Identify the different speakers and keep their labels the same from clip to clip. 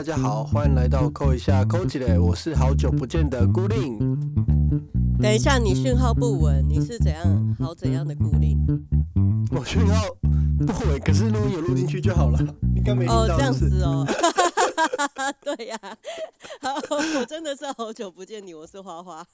Speaker 1: 家好，欢迎来到扣一下扣几嘞，我是好久不见的孤令。
Speaker 2: 等一下，你讯号不稳，你是怎样好怎样的孤令？
Speaker 1: 我讯号不稳，可是录音有录进去就好了，你刚没听到
Speaker 2: 哦，这样
Speaker 1: 是不是？
Speaker 2: 子哦，对呀、好，我真的是好久不见你，我是花花。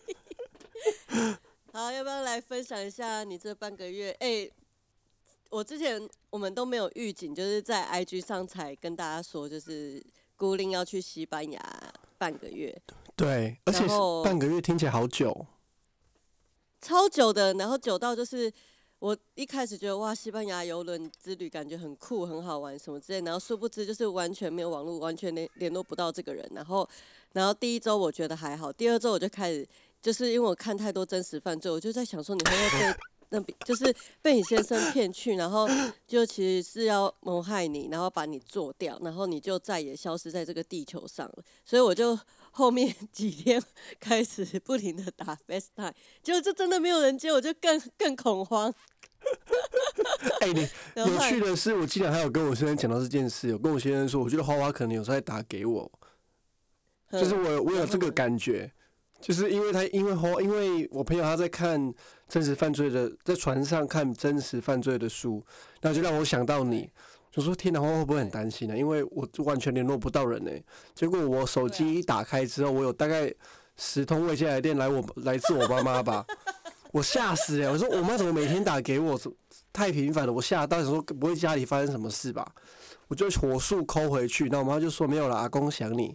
Speaker 2: 好，要不要来分享一下你这半个月？我之前我们都没有预警，就是在 IG 上才跟大家说，就是孤令要去西班牙半个月，
Speaker 1: 对，而且是半个月，听起来好久。
Speaker 2: 超久的，然后久到就是我一开始觉得哇，西班牙邮轮之旅感觉很酷、很好玩什么之类，然后殊不知就是完全没有网络，完全联络不到这个人。然后第一周我觉得还好，第二周我就开始，就是因为我看太多真实犯罪，我就在想说你会不会被那边就是被你先生骗去，然后就其实是要谋害你，然后把你做掉，然后你就再也消失在这个地球上了。所以我就后面几天开始不停的打 FaceTime， 结果就真的没有人接，我就更恐慌。
Speaker 1: 你有趣的是，我记得还有跟我先生讲到这件事，有跟我先生说，我觉得花花可能有时候在打给我，就是我有这个感觉。就是因为我朋友他在看真实犯罪的，在船上看真实犯罪的书，然后就让我想到你，就说天哪，会不会很担心呢？因为我完全联络不到人呢。结果我手机一打开之后，我有大概10通未接来电来自我妈妈吧，我吓死了！我说我妈怎么每天打给我，太频繁了，我吓到，想说不会家里发生什么事吧？我就火速抠回去，那我妈就说没有啦，阿公想你。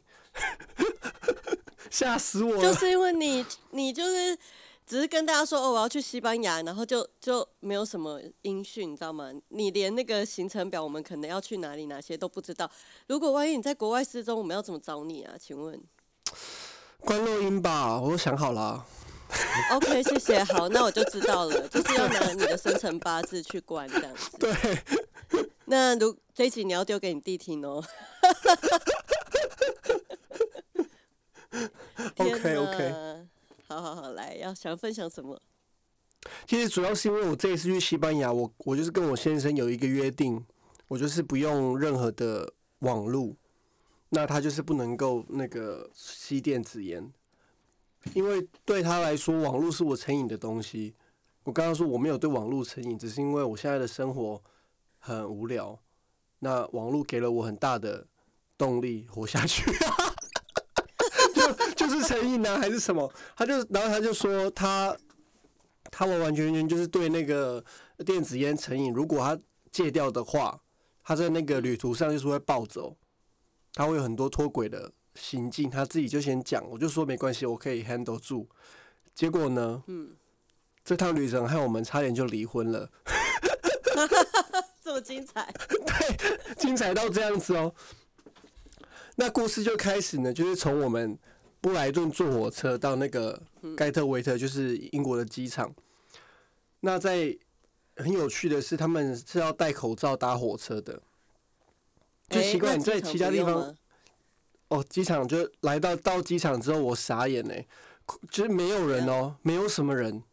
Speaker 1: 吓死我了！
Speaker 2: 就是因为你就是只是跟大家说哦我要去西班牙，然后就没有什么音讯，你知道吗？你连那个行程表我们可能要去哪里哪些都不知道。如果万一你在国外失踪，我们要怎么找你啊？请问？
Speaker 1: 关录音吧，我都想好了。
Speaker 2: OK， 谢谢。好，那我就知道了，就是要拿你的生辰八字去关这样子。
Speaker 1: 对。
Speaker 2: 那这一集你要丢给你弟听哦。
Speaker 1: OK，
Speaker 2: 好，来，想分享什么？
Speaker 1: 其实主要是因为我这一次去西班牙，我就是跟我先生有一个约定，我就是不用任何的网路，那他就是不能够那个吸电子烟，因为对他来说，网路是我成瘾的东西。我刚刚说我没有对网路成瘾，只是因为我现在的生活很无聊，那网路给了我很大的动力活下去。就是成瘾呢，还是什么？然后他就说他完完全全就是对那个电子烟成瘾。如果他戒掉的话，他在那个旅途上就是会暴走，他会有很多脱轨的行径。他自己就先讲，我就说没关系，我可以 handle 住。结果呢，这趟旅程害我们差点就离婚了。
Speaker 2: 这么精彩？
Speaker 1: 对，精彩到这样子哦。那故事就开始呢，就是从我们布莱顿坐火车到那个盖特维特，就是英国的机场。那很有趣的是，他们是要戴口罩搭火车的，就奇怪你在其他地方，机场就到机场之后，我傻眼嘞，就是没有人哦，没有什么人，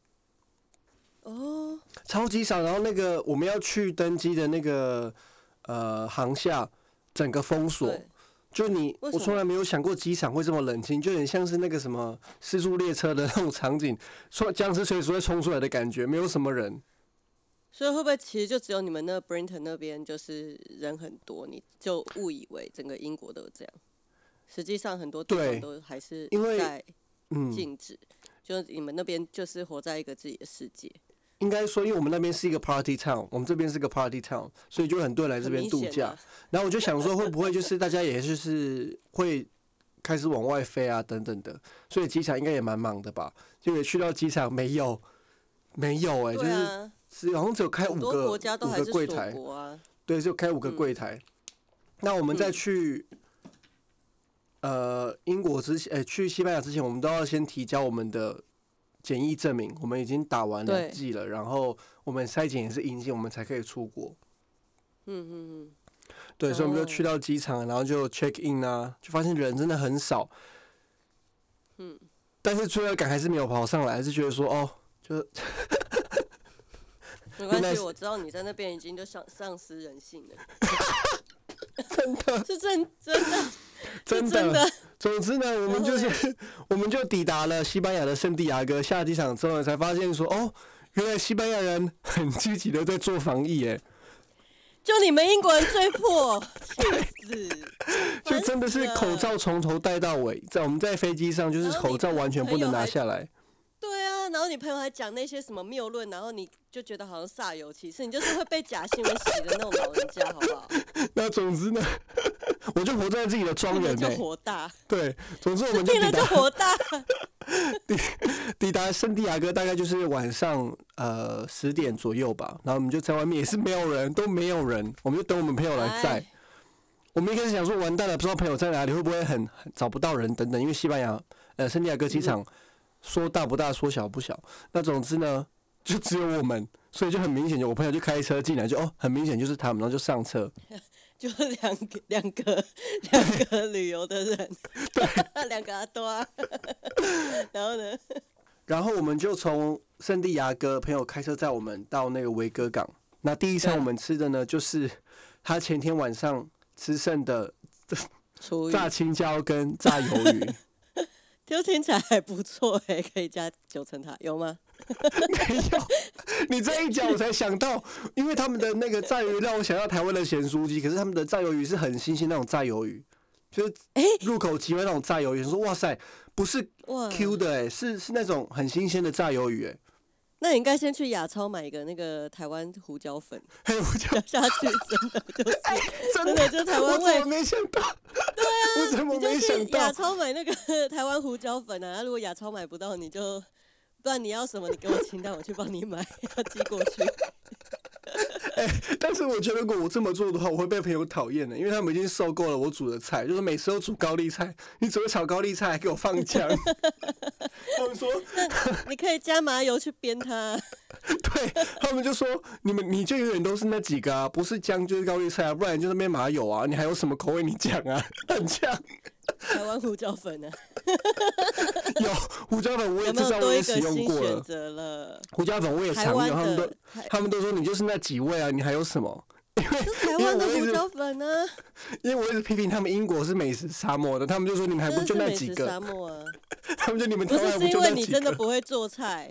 Speaker 1: 超级少。然后那个我们要去登机的那个航厦，整个封锁。就我从来没有想过机场会这么冷清，就很像是那个什么失速列车的那种场景，僵尸随时会冲出来的感觉，没有什么人。
Speaker 2: 所以会不会其实就只有你们那 Brinton 那边就是人很多，你就误以为整个英国都这样？实际上很多地方都还是在禁止，就你们那边就是活在一个自己的世界。
Speaker 1: 应该说，因为我们那边是一个 party town， 我们这边是个 party town， 所以就很多人来这边度假。然后我就想说，会不会就是大家也就是会开始往外飞啊，等等的，所以机场应该也蛮忙的吧？结果去到机场没有就是好像只有开5个柜台，对，就开5个柜台。那我们再去英国去西班牙之前，我们都要先提交我们的检疫证明，我们已经打完2剂了，然后我们筛检也是阴性，我们才可以出国。对，所以我们就去到机场，然后就 check in 啊，就发现人真的很少。但是罪恶感还是没有跑上来，还是觉得说就
Speaker 2: 没关系，我知道你在那边已经就丧失人性了。
Speaker 1: 真的
Speaker 2: 是真的，
Speaker 1: 真
Speaker 2: 真的
Speaker 1: 的。总之呢，我们就抵达了西班牙的圣地亚哥。下机场之后才发现说，哦，原来西班牙人很积极的在做防疫，哎，
Speaker 2: 就你们英国人最破，气死！
Speaker 1: 就真的是口罩从头戴到尾，我们在飞机上就是口罩完全不能拿下来。
Speaker 2: 对啊，然后你朋友还讲那些什么谬论，然后你就觉得好像煞有其事，你就是会被假新闻洗的那种老人家，好不好？
Speaker 1: 那总之呢，我就活在自己的庄园内，
Speaker 2: 就火大。
Speaker 1: 对，总之我们就
Speaker 2: 听了就火大。
Speaker 1: 抵达圣地亚哥大概就是晚上10点左右吧，然后我们就在外面也是没有人，都没有人，我们就等我们朋友来载。我们一开始想说完蛋了，不知道朋友在哪里，会不会很找不到人等等，因为西班牙圣地亚哥机场说大不大，说小不小。那总之呢，就只有我们，所以就很明显，我朋友就开车进来，就很明显就是他们，然后就上车。
Speaker 2: 就两个旅游的人，两个阿多啊，然后呢？
Speaker 1: 然后我们就从圣地亚哥朋友开车载我们到那个维哥港。那第一餐我们吃的呢，就是他前天晚上吃剩的炸青椒跟炸鱿鱼。
Speaker 2: 就听起来还不错哎，可以加9层塔，有吗？
Speaker 1: 没有，你这一讲我才想到，因为他们的那个炸鱿鱼让我想到台湾的咸酥鸡，可是他们的炸鱿鱼是很新鲜那种炸鱿鱼，就是入口即化那种炸鱿鱼。说哇塞，不是 Q 的是那种很新鲜的炸鱿鱼哎。
Speaker 2: 那你应该先去亚超买一个那个台湾胡椒粉，
Speaker 1: 胡椒
Speaker 2: 下去真的就是
Speaker 1: 真的
Speaker 2: 就台湾味。
Speaker 1: 我怎么没想到？
Speaker 2: 对啊，
Speaker 1: 我怎么没想到？
Speaker 2: 你就去亚超买那个台湾胡椒粉啊！如果亚超买不到，不然你要什么，你给我清单，我去帮你买，要寄过去。
Speaker 1: 但是我觉得如果我这么做的话，我会被朋友讨厌的，因为他们已经受够了我煮的菜，就是每次都煮高丽菜，你只会炒高丽菜还给我放姜。他们说，
Speaker 2: 你可以加麻油去煸它。
Speaker 1: 对，他们就说你就永远都是那几个啊，不是姜就是高丽菜啊，不然就是那边麻油啊，你还有什么口味你讲啊，很呛。
Speaker 2: 台湾胡椒粉啊，
Speaker 1: 有胡椒粉，我也至少我也使用过
Speaker 2: 了。
Speaker 1: 胡椒粉我也常用，他们都说你就是那几位啊，你还有什么？
Speaker 2: 台湾的胡椒粉呢？
Speaker 1: 因为我一直批评他们英国是美食沙漠的，他们就说你们还不就那几个？
Speaker 2: 沙漠啊！
Speaker 1: 他们就你们台湾
Speaker 2: 不是
Speaker 1: 因为
Speaker 2: 你真的不会做菜，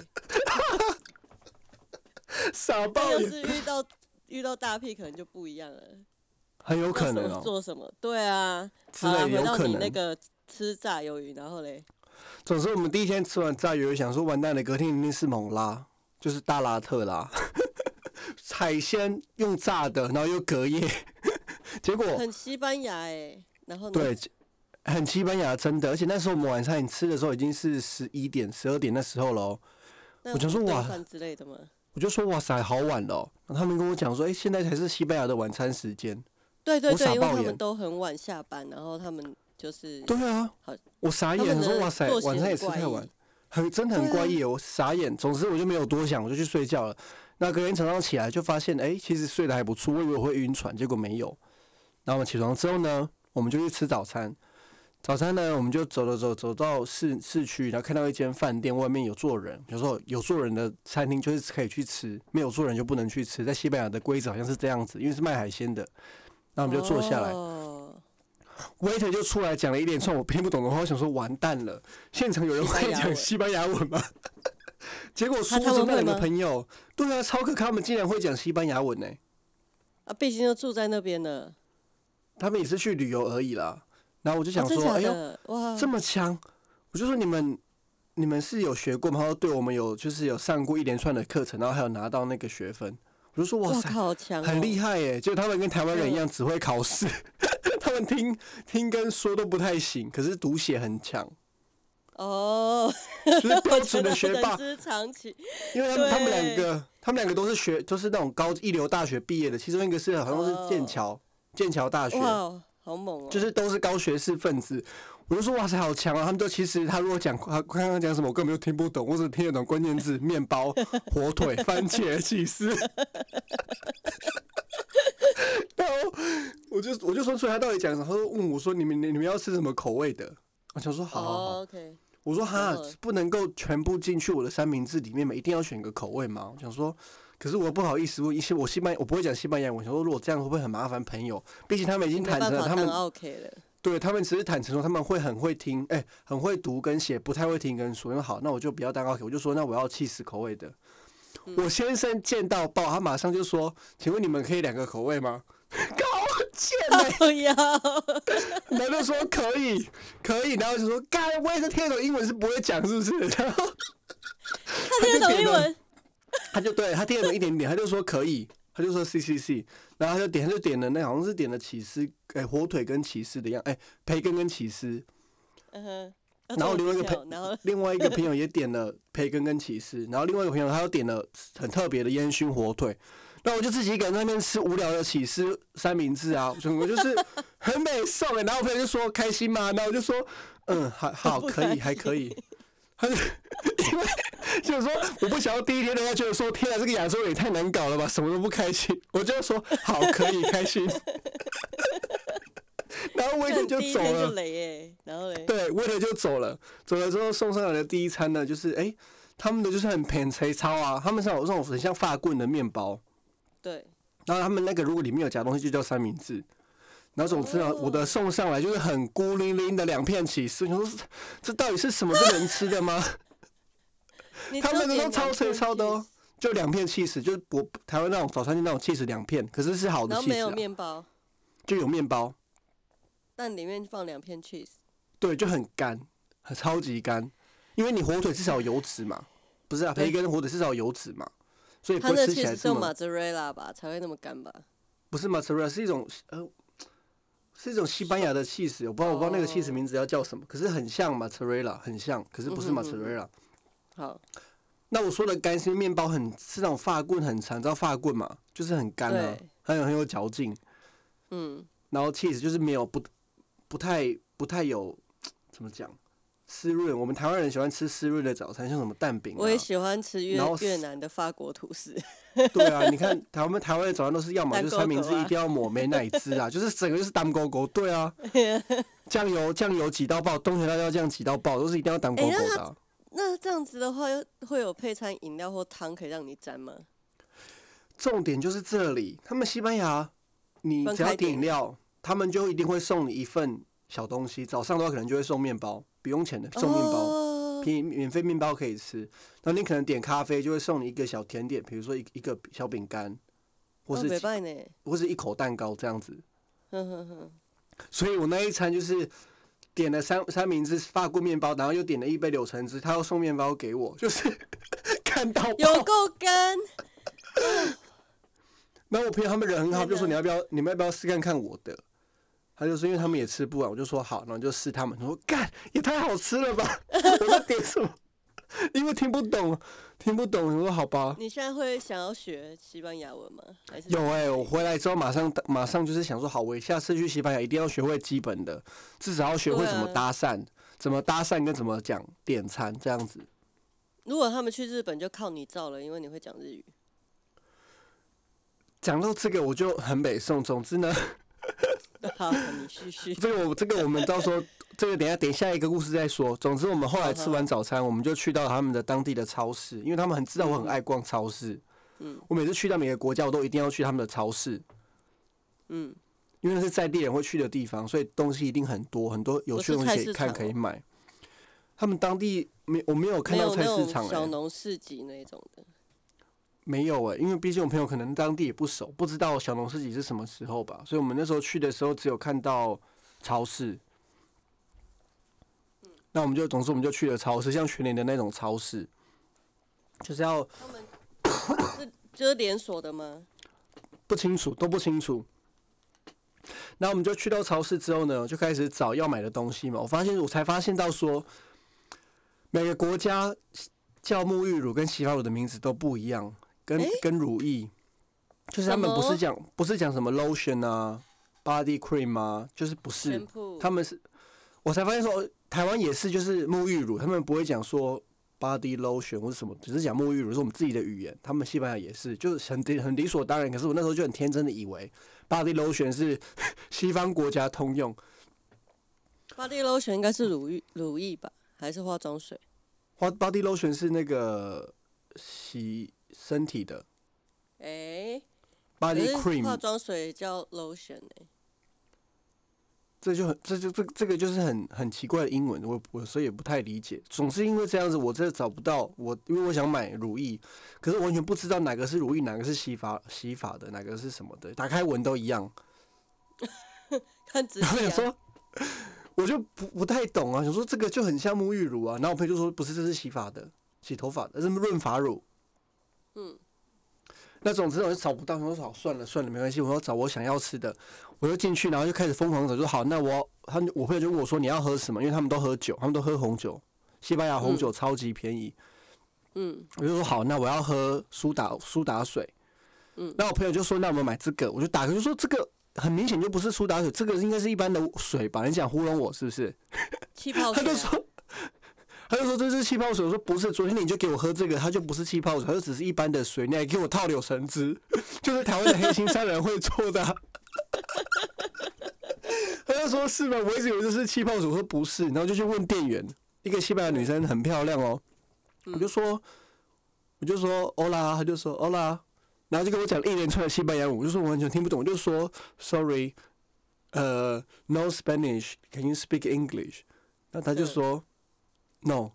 Speaker 1: 傻爆眼。
Speaker 2: 要是遇到大屁，可能就不一样了。
Speaker 1: 很有可能哦。
Speaker 2: 做什么？对啊，
Speaker 1: 之类有可能。
Speaker 2: 回到你那个吃炸鱿鱼，然后嘞。
Speaker 1: 总之，我们第一天吃完炸鱿鱼，想说完蛋了，隔天一定是猛拉，就是大拉特拉。海鲜用炸的，然后又隔夜，结果
Speaker 2: 很西班牙哎，然后呢？
Speaker 1: 对，很西班牙真的，而且那时候我们晚上吃的时候已经是11点、12点那时候了，我就说哇
Speaker 2: 之类的吗？
Speaker 1: 我就说哇塞，好晚了，然后他们跟我讲说，现在才是西班牙的晚餐时间。
Speaker 2: 对，因为他们都很晚下班，然后他们就是
Speaker 1: 对啊，我傻眼，说哇塞，晚餐也吃太晚，真的很怪异，我傻眼。总之我就没有多想，我就去睡觉了。那隔天早上起来就发现，其实睡得还不错，我以为我会晕船，结果没有。然后我们起床之后呢，我们就去吃早餐。早餐呢，我们就走到市区，然后看到一间饭店外面有坐人，有时候有坐人的餐厅就是可以去吃，没有坐人就不能去吃。在西班牙的规则好像是这样子，因为是卖海鲜的。然后我们就坐下来，waiter 就出来讲了一连串我听不懂的话，我想说完蛋了，现场有人会讲西班牙文吗？结果说着那两个朋友，对啊，超可靠，他们竟然会讲西班牙文呢！
Speaker 2: 啊，毕竟就住在那边了。
Speaker 1: 他们也是去旅游而已啦。然后我就想说，哎呦，哇，这么强！我就说你们是有学过吗？然后对我们有上过一连串的课程，然后还有拿到那个学分。我就说哇塞，
Speaker 2: 好强，
Speaker 1: 很厉害耶！就他们跟台湾人一样，只会考试，他们听跟说都不太行，可是读写很强。
Speaker 2: 哦，
Speaker 1: 就是标准的学霸，因为他们两个都是那种一流大学毕业的，其中一个是好像是剑桥大学，
Speaker 2: 哇，好猛哦！
Speaker 1: 就是都是高学士分子。我就说哇塞，好强啊！他们都其实他如果讲刚刚讲什么，我根本就听不懂，我只听得懂关键字：面包、火腿、番茄、起司。然后我就说出来他到底讲什么，他说问我说你们要吃什么口味的？我想说好。
Speaker 2: OK。
Speaker 1: 我说哈，不能够全部进去我的三明治里面嘛，一定要选个口味嘛。我想说，可是我不好意思问一些我不会讲西班牙文，我想说如果这样会不会很麻烦朋友？毕竟他们已经坦诚了，他们
Speaker 2: OK 了。
Speaker 1: 对他们只是坦诚说他们会很会听，很会读跟写，不太会听跟说。那好，那我就不要蛋糕给，我就说那我要起司口味的。我先生见到爆，他马上就说：“请问你们可以2个口味吗？”高贱
Speaker 2: 靠腰，
Speaker 1: 然后就说可以，可以，然后就说干，我也是听得懂英文，是不会讲是不是？然后
Speaker 2: 他听得懂英文，
Speaker 1: 他听得懂一点点，他就说可以，他就说 C， 然后他就点了那好像是点了起司，火腿跟起司的样，培根跟起司，然后另外一个朋友也点了培根跟起司，然后另外一个朋友他又点了很特别的烟熏火腿。那我就自己一个人在那边吃无聊的起司三明治啊，我就是很美送然后我朋友就说开心吗？然后我就说好可以还可以，他就因为就是说我不想要第一天人家觉得说天啊这个亚洲人也太难搞了吧，什么都不开心，我就说好可以开心，然后waiter就走了，对waiter就走了之后送上来的第一餐呢，就是他们的就是很偏菜超啊，他们是有这种很像法棍的面包。
Speaker 2: 对，
Speaker 1: 然后他们那个如果里面有夹东西就叫三明治，然后总之呢，我的送上来就是很孤零零的2片起司，我说这到底是什么？这能吃的吗？他们的都超脆超的哦，就2片起司，就是台湾那种早餐店那种起司2片，可是是好的起司，
Speaker 2: 然后没有面包，
Speaker 1: 就有面包，
Speaker 2: 但里面放2片 cheese，
Speaker 1: 对，就很干，超级干，因为你火腿至少有油脂嘛，不是啊，培根火腿至少有油脂嘛。所以不会吃起来这么。
Speaker 2: 它那其实是用 mozzarella 吧，才会那么干吧？
Speaker 1: 不是 mozzarella， 是一种西班牙的 cheese， 我不知道那个 cheese 名字要叫什么，可是很像 mozzarella， 很像，可是不是 mozzarella。
Speaker 2: 好，
Speaker 1: 那我说的干是面包是那种法棍很长，知道法棍嘛？就是很干啊，很有嚼劲。然后 cheese 就是没有不太有怎么讲？湿润，我们台湾人喜欢吃湿润的早餐，像什么蛋饼
Speaker 2: 我也喜欢吃越南的法国吐司。
Speaker 1: 对啊，你看台湾的早餐都是要么就是三明治一定要抹美乃滋啊，就是整个就是当勾勾。对啊，酱油挤到爆，东泉辣椒酱挤到爆，都是一定要当勾勾的啊。
Speaker 2: 那这样子的话，会有配餐饮料或汤可以让你沾吗？
Speaker 1: 重点就是这里，他们西班牙，你只要点饮料，他们就一定会送你一份小东西。早上的话可能就会送面包。不用钱的送面包，免费面包可以吃。然后你可能点咖啡，就会送你一个小甜点，比如说一个小饼干，或是一口蛋糕这样子。所以我那一餐就是点了三明治、法棍面包，然后又点了一杯柳橙汁，他要送面包给我，就是看到
Speaker 2: 有够干。
Speaker 1: 然后我朋友他们人很好，就说你们要不要试看我的？他就说因为他们也吃不完，我就说好，然后就试他们。他说干也太好吃了吧！我在点什么？因为听不懂。我说好吧。
Speaker 2: 你现在会想要学西班牙文吗？还是
Speaker 1: 有我回来之后马上就是想说好，我下次去西班牙一定要学会基本的，至少要学会怎么搭讪，跟怎么讲点餐这样子。
Speaker 2: 如果他们去日本就靠你造了，因为你会讲日语。
Speaker 1: 讲到这个我就很北宋，总之呢。
Speaker 2: 好，你继续。
Speaker 1: 这个我们到时候等下一个故事再说。总之我们后来吃完早餐，我们就去到他们的当地的超市，因为他们很知道我很爱逛超市。我每次去到每个国家，我都一定要去他们的超市。因为那是在地人会去的地方，所以东西一定很多有趣的东西可以看可以买。他们当地我没有看到菜市场，
Speaker 2: 小农市集那种的。
Speaker 1: 没有因为毕竟我朋友可能当地也不熟，不知道小农市集是什么时候吧，所以我们那时候去的时候只有看到超市。那总之我们就去了超市，像全联的那种超市，就是要
Speaker 2: 他们就是连锁的吗？
Speaker 1: 都不清楚。然后我们就去到超市之后呢，就开始找要买的东西嘛。我才发现到说，每个国家叫沐浴乳跟洗发乳的名字都不一样。跟乳液，就是他们不是讲什么 lotion 啊 ，body cream 啊，就是不是，他们是，我才发现说台湾也是，就是沐浴乳，他们不会讲说 body lotion 或是什么，只是讲沐浴乳是我们自己的语言。他们西班牙也是，就是很理所当然。可是我那时候就很天真的以为 body lotion 是西方国家通用。
Speaker 2: body lotion 应该是乳液吧，还是化妆水
Speaker 1: ？body lotion 是那个洗身体的，body cream
Speaker 2: 化妆水叫 lotion
Speaker 1: 这个就是很奇怪的英文，我所以也不太理解。总是因为这样子，我真的找不到因为我想买乳液，可是完全不知道哪个是乳液，哪个是洗发的，哪个是什么的，打开闻都一样。
Speaker 2: 看仔细啊。
Speaker 1: 我想说，我就不太懂啊，想说这个就很像沐浴乳啊，然后我朋友就说不是，这是洗头发的，这是润发乳。那总之我就找不到，我说好算了没关系，我要找我想要吃的，我就进去，然后就开始疯狂找，说好，那我朋友就问我说你要喝什么，因为他们都喝酒，他们都喝红酒，西班牙红酒超级便宜。我就说好，那我要喝苏打水。那我朋友就说那我们买这个，我就打开就说这个很明显就不是苏打水，这个应该是一般的水吧？你想糊弄我是不是？
Speaker 2: 气泡水、啊。
Speaker 1: 他就说这是气泡水，我说不是，昨天你就给我喝这个，它就不是气泡水，它就只是一般的水，你还给我套柳橙汁，就是台湾的黑心商人会做的、啊。他就说是吗？我一直以为这是气泡水，我说不是，然后就去问店员，一个西班牙女生很漂亮哦，我就说Hola，他就说 Hola， 然后就跟我讲一连串的西班牙语，我就说我完全听不懂，我就说 Sorry，no Spanish，can you speak English？ 那他就说。No，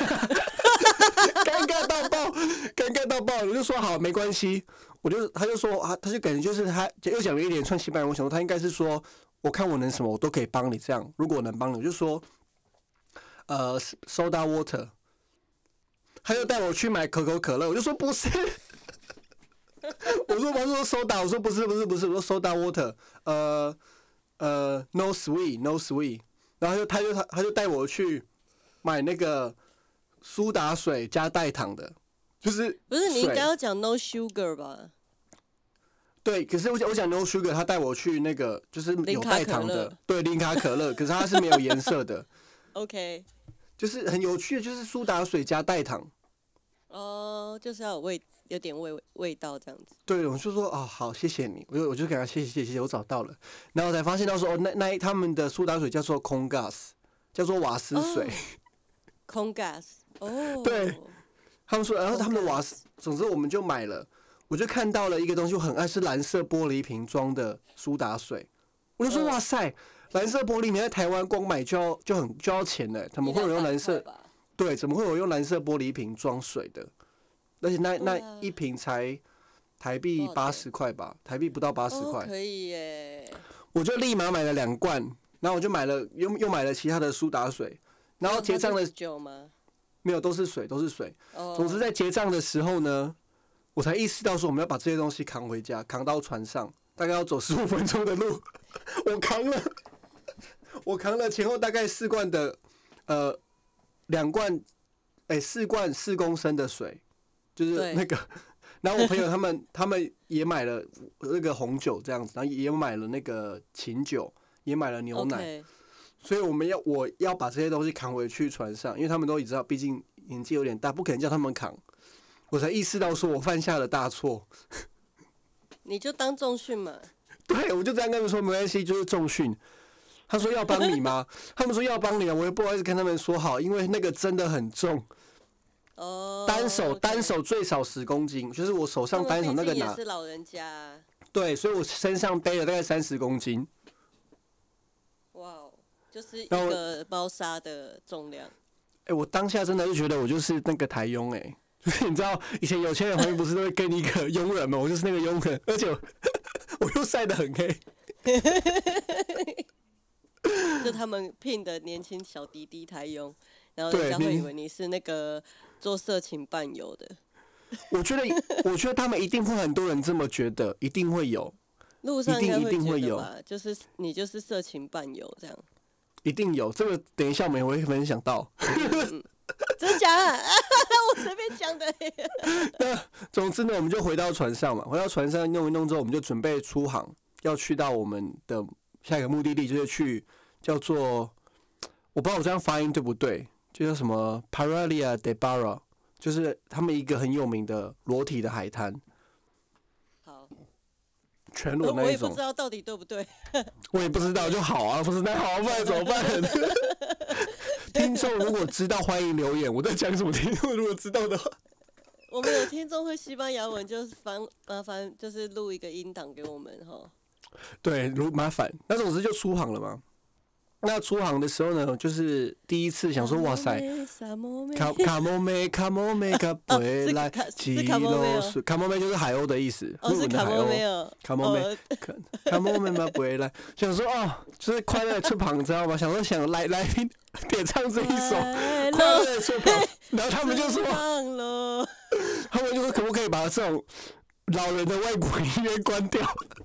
Speaker 1: 尴尬到爆，我就说好没关系，他就说啊，他就感觉就是他又讲了一连串西班牙文，我想说他应该是说我看我能什么我都可以帮你这样，如果我能帮你，我就说soda water， 他就带我去买可口可乐，我就说不是，我说soda， 我说不是，我说 soda water， no sweet， 然后他就带我去。买那个苏打水加代糖的，就是
Speaker 2: 不是你应该要讲 no sugar 吧？
Speaker 1: 对，可是我讲 no sugar， 他带我去那个就是有代糖的，对，零卡可乐，可是它是没有颜色的。
Speaker 2: OK，
Speaker 1: 就是很有趣的，就是苏打水加代糖。
Speaker 2: 哦，就是要有点味道这样子。
Speaker 1: 对，我就说啊、好，谢谢你，我就给他谢谢，我找到了，然后才发现到说那他们的苏打水叫做空 gas， 叫做瓦斯水。
Speaker 2: 空 gas 哦，
Speaker 1: 对，他们说，然后他们的瓦斯，总之我们就买了，我就看到了一个东西，我很爱，是蓝色玻璃瓶装的苏打水，我就说哇塞，蓝色玻璃瓶在台湾光买就要钱呢，怎么会有用蓝色？对，怎么会有用蓝色玻璃瓶装水的？而且那一瓶才台币80块吧，台币不到80块，
Speaker 2: 可以耶。
Speaker 1: 我就立马买了2罐，然后我就买了又买了其他的苏打水。然后结账的
Speaker 2: 酒吗？
Speaker 1: 没有，都是水。总之在结账的时候呢，我才意识到说我们要把这些东西扛回家，扛到船上，大概要走15分钟的路。我扛了前后大概4罐的2罐4罐4公升的水，就是那个。然后我朋友他们也买了那个红酒这样子，然后也买了那个琴酒，也买了牛奶。
Speaker 2: Okay.
Speaker 1: 所以我要把这些东西扛回去船上，因为他们都已知道，毕竟年纪有点大，不可能叫他们扛。我才意识到说我犯下了大错。
Speaker 2: 你就当重训嘛。
Speaker 1: 对，我就这样跟他们说，没关系，就是重训。他说要帮你吗？他们说要帮你啊，我也不好意思跟他们说好，因为那个真的很重。单手最少10公斤，就是我手上单手那个拿。
Speaker 2: 也是老人家。
Speaker 1: 对，所以我身上背了大概30公斤。
Speaker 2: 哇，就是一个包沙的重量。
Speaker 1: 我当下真的就觉得我就是那个台佣就是你知道以前有钱人旁边不是都会跟你一个佣人吗？我就是那个佣人，而且我又晒得很黑。
Speaker 2: 就他们聘的年轻小弟弟台佣，然后人家会以为你是那个做色情伴游的。
Speaker 1: 我觉得他们一定会很多人这么觉得，一定会有。
Speaker 2: 路上应该会觉得吧，就是你就是色情伴游这样。
Speaker 1: 一定有，这个等一下我们也会分享到。
Speaker 2: 真假的？我随便讲的。
Speaker 1: 那总之呢，我们就回到船上嘛。回到船上弄一弄之后，我们就准备出航，要去到我们的下一个目的地，就是去叫做我不知道我这样发音对不对，就叫什么 Praia de Barra， 就是他们一个很有名的裸体的海滩。
Speaker 2: 好。
Speaker 1: 全裸那一种，
Speaker 2: 我也不知道到底对不对。
Speaker 1: 我也不知道就好啊，不是那好，不然怎么办？听众如果知道，欢迎留言。我在讲什么？听众如果知道的话，
Speaker 2: 我们有听众会西班牙文，就是麻烦就是录一个音档给我们哈。
Speaker 1: 对，麻烦。那总之就出航了嘛。 那出航的时候呢，就是第一次想说，哇塞，卡莫梅卡贝来基罗苏，卡莫梅就是海鸥的意思，日文的海鸥，卡莫梅卡莫梅嘛贝来，想说哦，就是快乐的出航，知道吗？想说来点唱这一首快乐的出航，然后他们就说可不可以把这种老人的外国音乐关掉？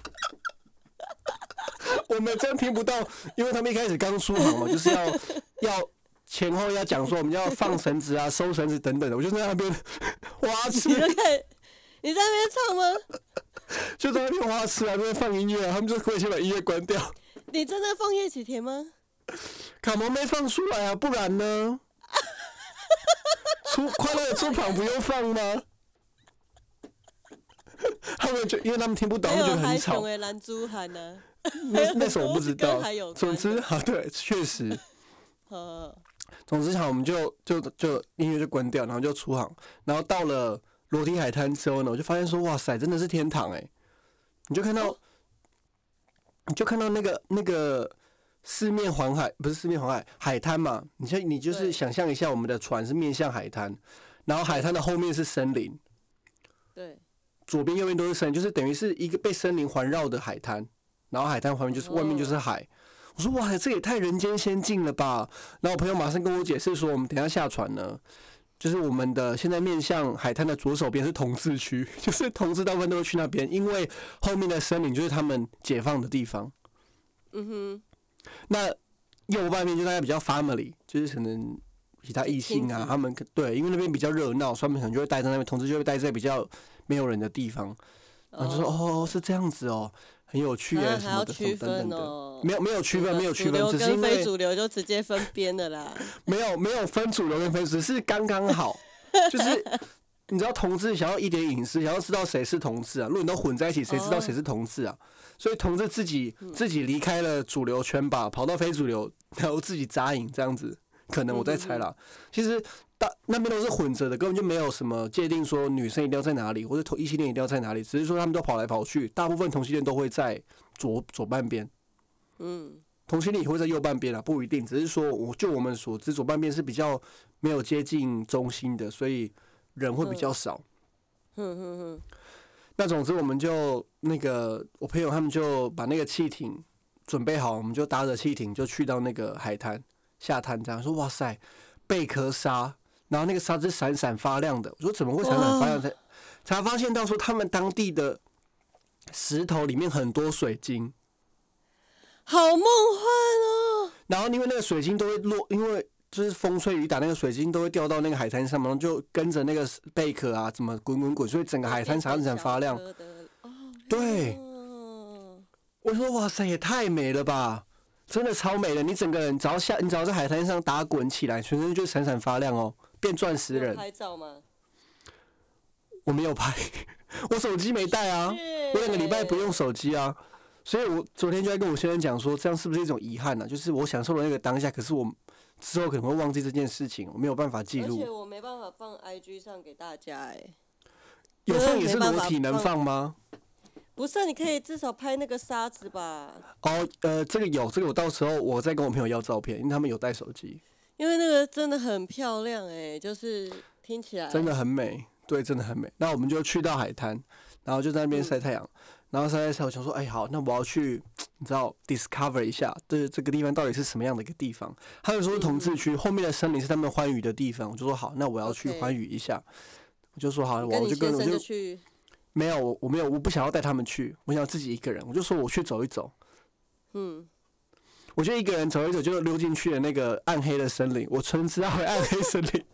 Speaker 1: 我们真听不到，因为他们一开始刚出航嘛，就是要前后要讲说我们要放绳子啊、收绳子等等的，我就在那边花痴。
Speaker 2: 你在那边唱吗？
Speaker 1: 就在那边花痴啊，那边放音乐啊，他们就可以先把音乐关掉。
Speaker 2: 你真的放叶启田吗？
Speaker 1: 卡蒙没放出来啊，不然呢？快乐的出航不用放吗？他们因为他们听不懂，他们觉得很吵。还有海熊的蓝珠涵呢。那首我不知道。总之，好，对，确实。总之，好，我们就音乐就关掉，然后就出航，然后到了裸体海滩之后呢，我就发现说，哇塞，真的是天堂哎！你就看到那个四面环海，不是四面环海，海滩嘛。你就是想象一下，我们的船是面向海滩，然后海滩的后面是森林。
Speaker 2: 对。
Speaker 1: 左边右边都是森林，就是等于是一个被森林环绕的海滩，然后海滩旁边就是外面就是海。我说哇，这也太人间仙境了吧！然后我朋友马上跟我解释说，我们等一下下船呢，就是我们的现在面向海滩的左手边是同志区，就是同志大部分都会去那边，因为后面的森林就是他们解放的地方。嗯哼。那右半边就大概比较 family， 就是可能其他异性啊，他们对，因为那边比较热闹，所以他们可能就会待在那边，同志就会待在比较没有人的地方。然后就说哦，是这样子哦。很有趣耶，什么的等等的，没有区分，只是因为
Speaker 2: 非主流就直接分边的啦。
Speaker 1: 没有分主流跟非主流，只是刚刚好，就是你知道同志想要一点隐私，想要知道谁是同志啊，如果你都混在一起，谁知道谁是同志啊？所以同志自己离开了主流圈吧，跑到非主流，然后自己扎营这样子，可能我在猜啦。其实那边都是混着的，根本就没有什么界定说女生一定要在哪里，或者异性恋一定要在哪里，只是说他们都跑来跑去，大部分同性恋都会在左半边，同性恋也会在右半边啊，不一定，只是说我们所知，左半边是比较没有接近中心的，所以人会比较少。那总之我们就我朋友他们就把那个汽艇准备好，我们就搭着汽艇就去到那个海滩下滩，这样说哇塞，贝壳沙。然后那个沙是闪闪发亮的，我说怎么会闪闪发亮？才发现到说他们当地的石头里面很多水晶，
Speaker 2: 好梦幻哦。
Speaker 1: 然后因为那个水晶都会落，因为就是风吹雨打，那个水晶都会掉到那个海滩上面，然后就跟着那个贝壳啊怎么滚，所以整个海滩闪闪发亮。对，我说哇塞，也太美了吧！真的超美的，你整个人只要在海滩上打滚起来，全身就闪闪发亮哦。变钻石人。
Speaker 2: 拍照吗？
Speaker 1: 我没有拍，我手机没带啊，我2个礼拜不用手机啊，所以我昨天就在跟我先生讲说，这样是不是一种遗憾呢？就是我享受了那个当下，可是我之后可能会忘记这件事情，我没有办法记录。
Speaker 2: 而且我没办法放 IG 上给大家哎。
Speaker 1: 有放也是裸体能放吗？
Speaker 2: 不是，你可以至少拍那个沙子吧。
Speaker 1: 哦，这个我到时候我再跟我朋友要照片，因为他们有带手机。
Speaker 2: 因为那个真的很漂亮哎，就是听起来
Speaker 1: 真的很美，对，真的很美。那我们就去到海滩，然后就在那边晒太阳，然后晒，我想说，哎，好，那我要去，你知道 discover 一下，这个地方到底是什么样的一个地方？他们说是同志区，后面的森林是他们欢愉的地方。我就说好，那我要去欢愉一下。我就说好，我就
Speaker 2: 去。
Speaker 1: 没有，我没有，我不想要带他们去，我想要自己一个人。我就说我去走一走。我就一个人走一走，就溜进去了那个暗黑的森林。我称之为暗黑森林，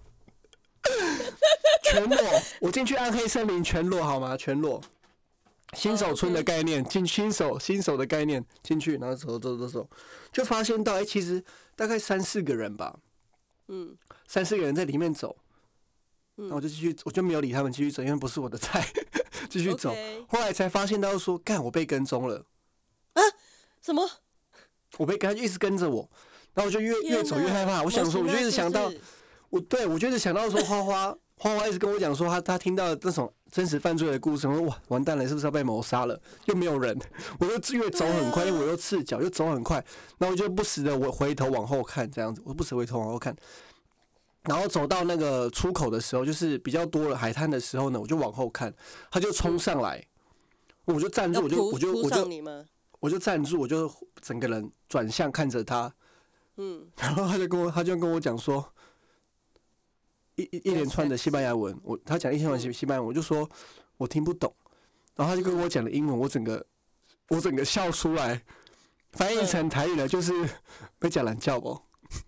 Speaker 1: 全裸。我进去暗黑森林全裸好吗？全裸。新手村的概念，新手的概念进去，然后走，就发现到其实大概3-4个人吧，3-4个人在里面走。然后我就继续，我就没有理他们继续走，因为不是我的菜，继续走。后来才发现到说，干，我被跟踪了。
Speaker 2: 啊？什么？
Speaker 1: 我被跟，他就一直跟着我，然后我就越走越害怕。我想说，我就一直想到，我就一直想到说，花花一直跟我讲说，他听到那种真实犯罪的故事，我说哇完蛋了，是不是要被谋杀了？又没有人，我就越走很快，因为我又赤脚，又走很快，然后我就不时的我回头往后看，这样子，我不时回头往后看，然后走到那个出口的时候，就是比较多了海滩的时候呢，我就往后看，他就冲上来，我就站住，我就站住，我就整个人转向看着他，然后他就跟我讲说。一连串的西班牙文，他讲一连串西班牙文，我就说我听不懂，然后他就跟我讲了英文，我整个笑出来，翻译成台语了，就是被假懒觉哦。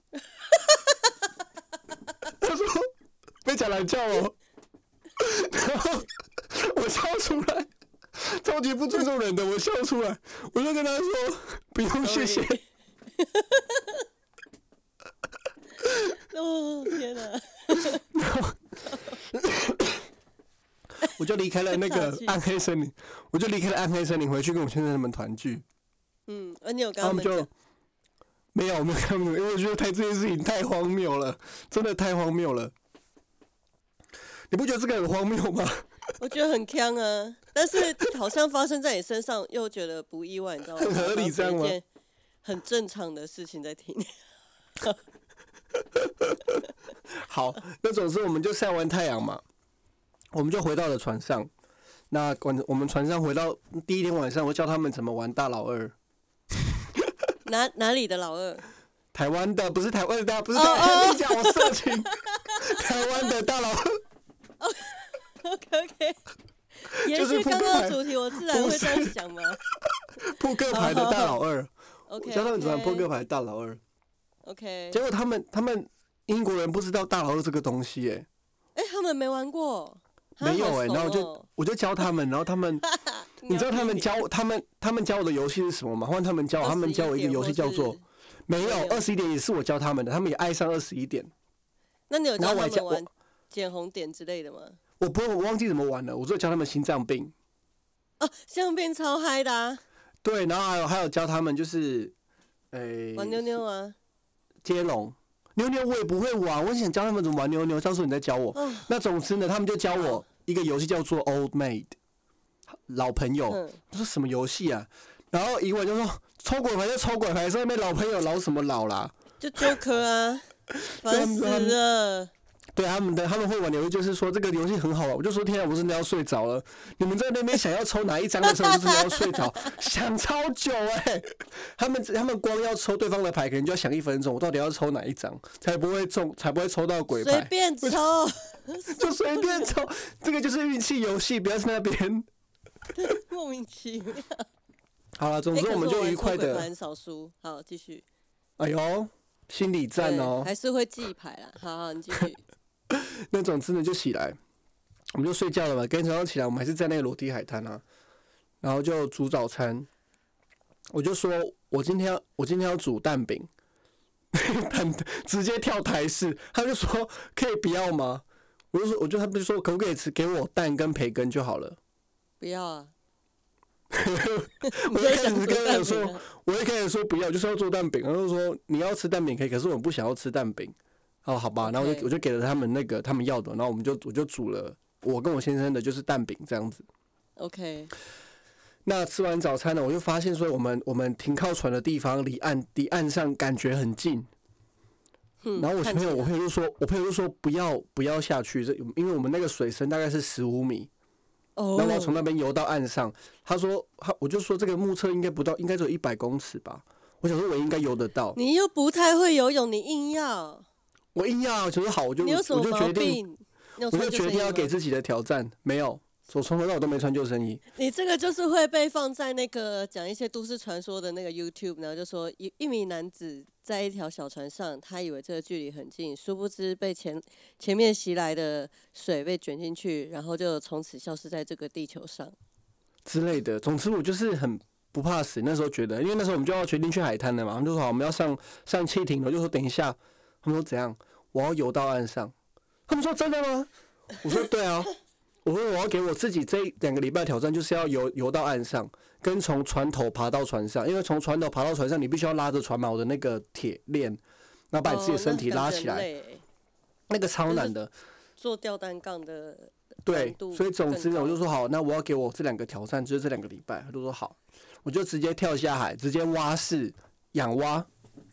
Speaker 1: 他说被假懒觉哦，然后我笑出来，超级不尊重人的，我笑出来，我就跟他说不用谢谢。
Speaker 2: 哦天哪！
Speaker 1: 我就离开了那个暗黑森林，回去跟我先生他们团聚。
Speaker 2: 你有跟他们讲？
Speaker 1: 没有跟他们，因为我觉得这件事情太荒谬了，真的太荒谬了。你不觉得这个很荒谬吗？
Speaker 2: 我觉得很鏘啊，但是好像发生在你身上，又觉得不意外，你知道吗？
Speaker 1: 很合理，这样吗？
Speaker 2: 很正常的事情在听。
Speaker 1: 好，那总之我们就晒完太阳嘛，我们就回到了船上。那我们船上回到第一天晚上，我教他们怎么玩大老二。
Speaker 2: 哪里的老二？
Speaker 1: 台湾的，不是台湾的，不是台湾的，你讲我色情。台湾的大老二。
Speaker 2: OK， 延续刚刚的主题，我自然会这样想嘛。
Speaker 1: 扑克牌的大老二。
Speaker 2: OK，
Speaker 1: 教他们怎么玩扑克牌的大老二。
Speaker 2: OK，
Speaker 1: 结果他们英国人不知道大老二这个东西耶。
Speaker 2: 他们没玩过。
Speaker 1: 没有然后我就教他们，然后他们，你知道他们教我的游戏是什么吗？换他们教我一个游戏叫做没有21点也是我教他们的，他们也爱上21点。
Speaker 2: 那你有教他们玩捡红点之类的吗？
Speaker 1: 我忘记怎么玩了，我只有教他们心脏病。
Speaker 2: 心脏病超嗨的啊！
Speaker 1: 对，然后还有教他们就是
Speaker 2: 玩妞妞啊，
Speaker 1: 接龙。妞妞我也不会玩，我想教他们怎么玩妞妞。到时候你再教我。那总之呢，他们就教我一个游戏叫做 Old Maid， 老朋友。我说什么游戏啊？然后一问就说抽鬼牌就抽鬼牌，上面老朋友老什么老啦？
Speaker 2: 就Joker啊，烦死了。
Speaker 1: 对他们会玩的游戏就是说这个游戏很好玩，我就说天啊，我真的要睡着了。你们在那边想要抽哪一张的时候，就真的要睡着，想超久他们光要抽对方的牌，可能就要想1分钟，我到底要抽哪一张才不会中，才不会抽到鬼牌？
Speaker 2: 随便抽，
Speaker 1: 就随便抽，这个就是运气游戏，不要在那边
Speaker 2: 莫名其妙。
Speaker 1: 好了，总之我们就愉快的。
Speaker 2: 很少输，好继续。
Speaker 1: 哎呦，心理战哦，
Speaker 2: 还是会记牌啦。好，你继续。
Speaker 1: 那总之呢，就起来，我们就睡觉了嘛。隔天早上起来，我们还是在那个裸体海滩啊，然后就煮早餐。我就说我今天要煮蛋饼，直接跳台式。他就说可以不要吗？他不是说可不可以给我蛋跟培根就好了？
Speaker 2: 不要啊！
Speaker 1: 我一开始跟他说不要，就是要做蛋饼。然后说你要吃蛋饼可以，可是我不想要吃蛋饼。好吧，然后我就给了他们他们要的，然后我就煮了我跟我先生的就是蛋饼这样子。
Speaker 2: OK。
Speaker 1: 那吃完早餐呢，我就发现说我们停靠船的地方离岸上感觉很近。然后我朋友就说不要下去，因为我们那个水深大概是15米。然后我从那边游到岸上，我就说这个目测应该只有100公尺吧。我想说我应该游得到。
Speaker 2: 你又不太会游泳，你硬要。
Speaker 1: 我硬要，就是好，我就决定要给自己的挑战。没有，我从头到尾都没穿救生衣。
Speaker 2: 你这个就是会被放在那个讲一些都市传说的那个 YouTube， 然后就说一名男子在一条小船上，他以为这个距离很近，殊不知被前面袭来的水被卷进去，然后就从此消失在这个地球上
Speaker 1: 之类的。总之我就是很不怕死，那时候觉得，因为那时候我们就要决定去海滩了嘛，他们就说好，我们要上汽艇了，就说等一下。他们说怎样？我要游到岸上。他们说真的吗？我说对啊。我说我要给我自己这2个礼拜的挑战，就是要游到岸上，跟从船头爬到船上。因为从船头爬到船上，你必须要拉着船锚的那个铁链，然后把你自己的身体拉起来。那个超难的。
Speaker 2: 做吊单杠的
Speaker 1: 对，所以总之呢，我就说好，那我要给我这2个挑战，就是这2个礼拜。他就说好，我就直接跳下海，直接蛙式仰蛙，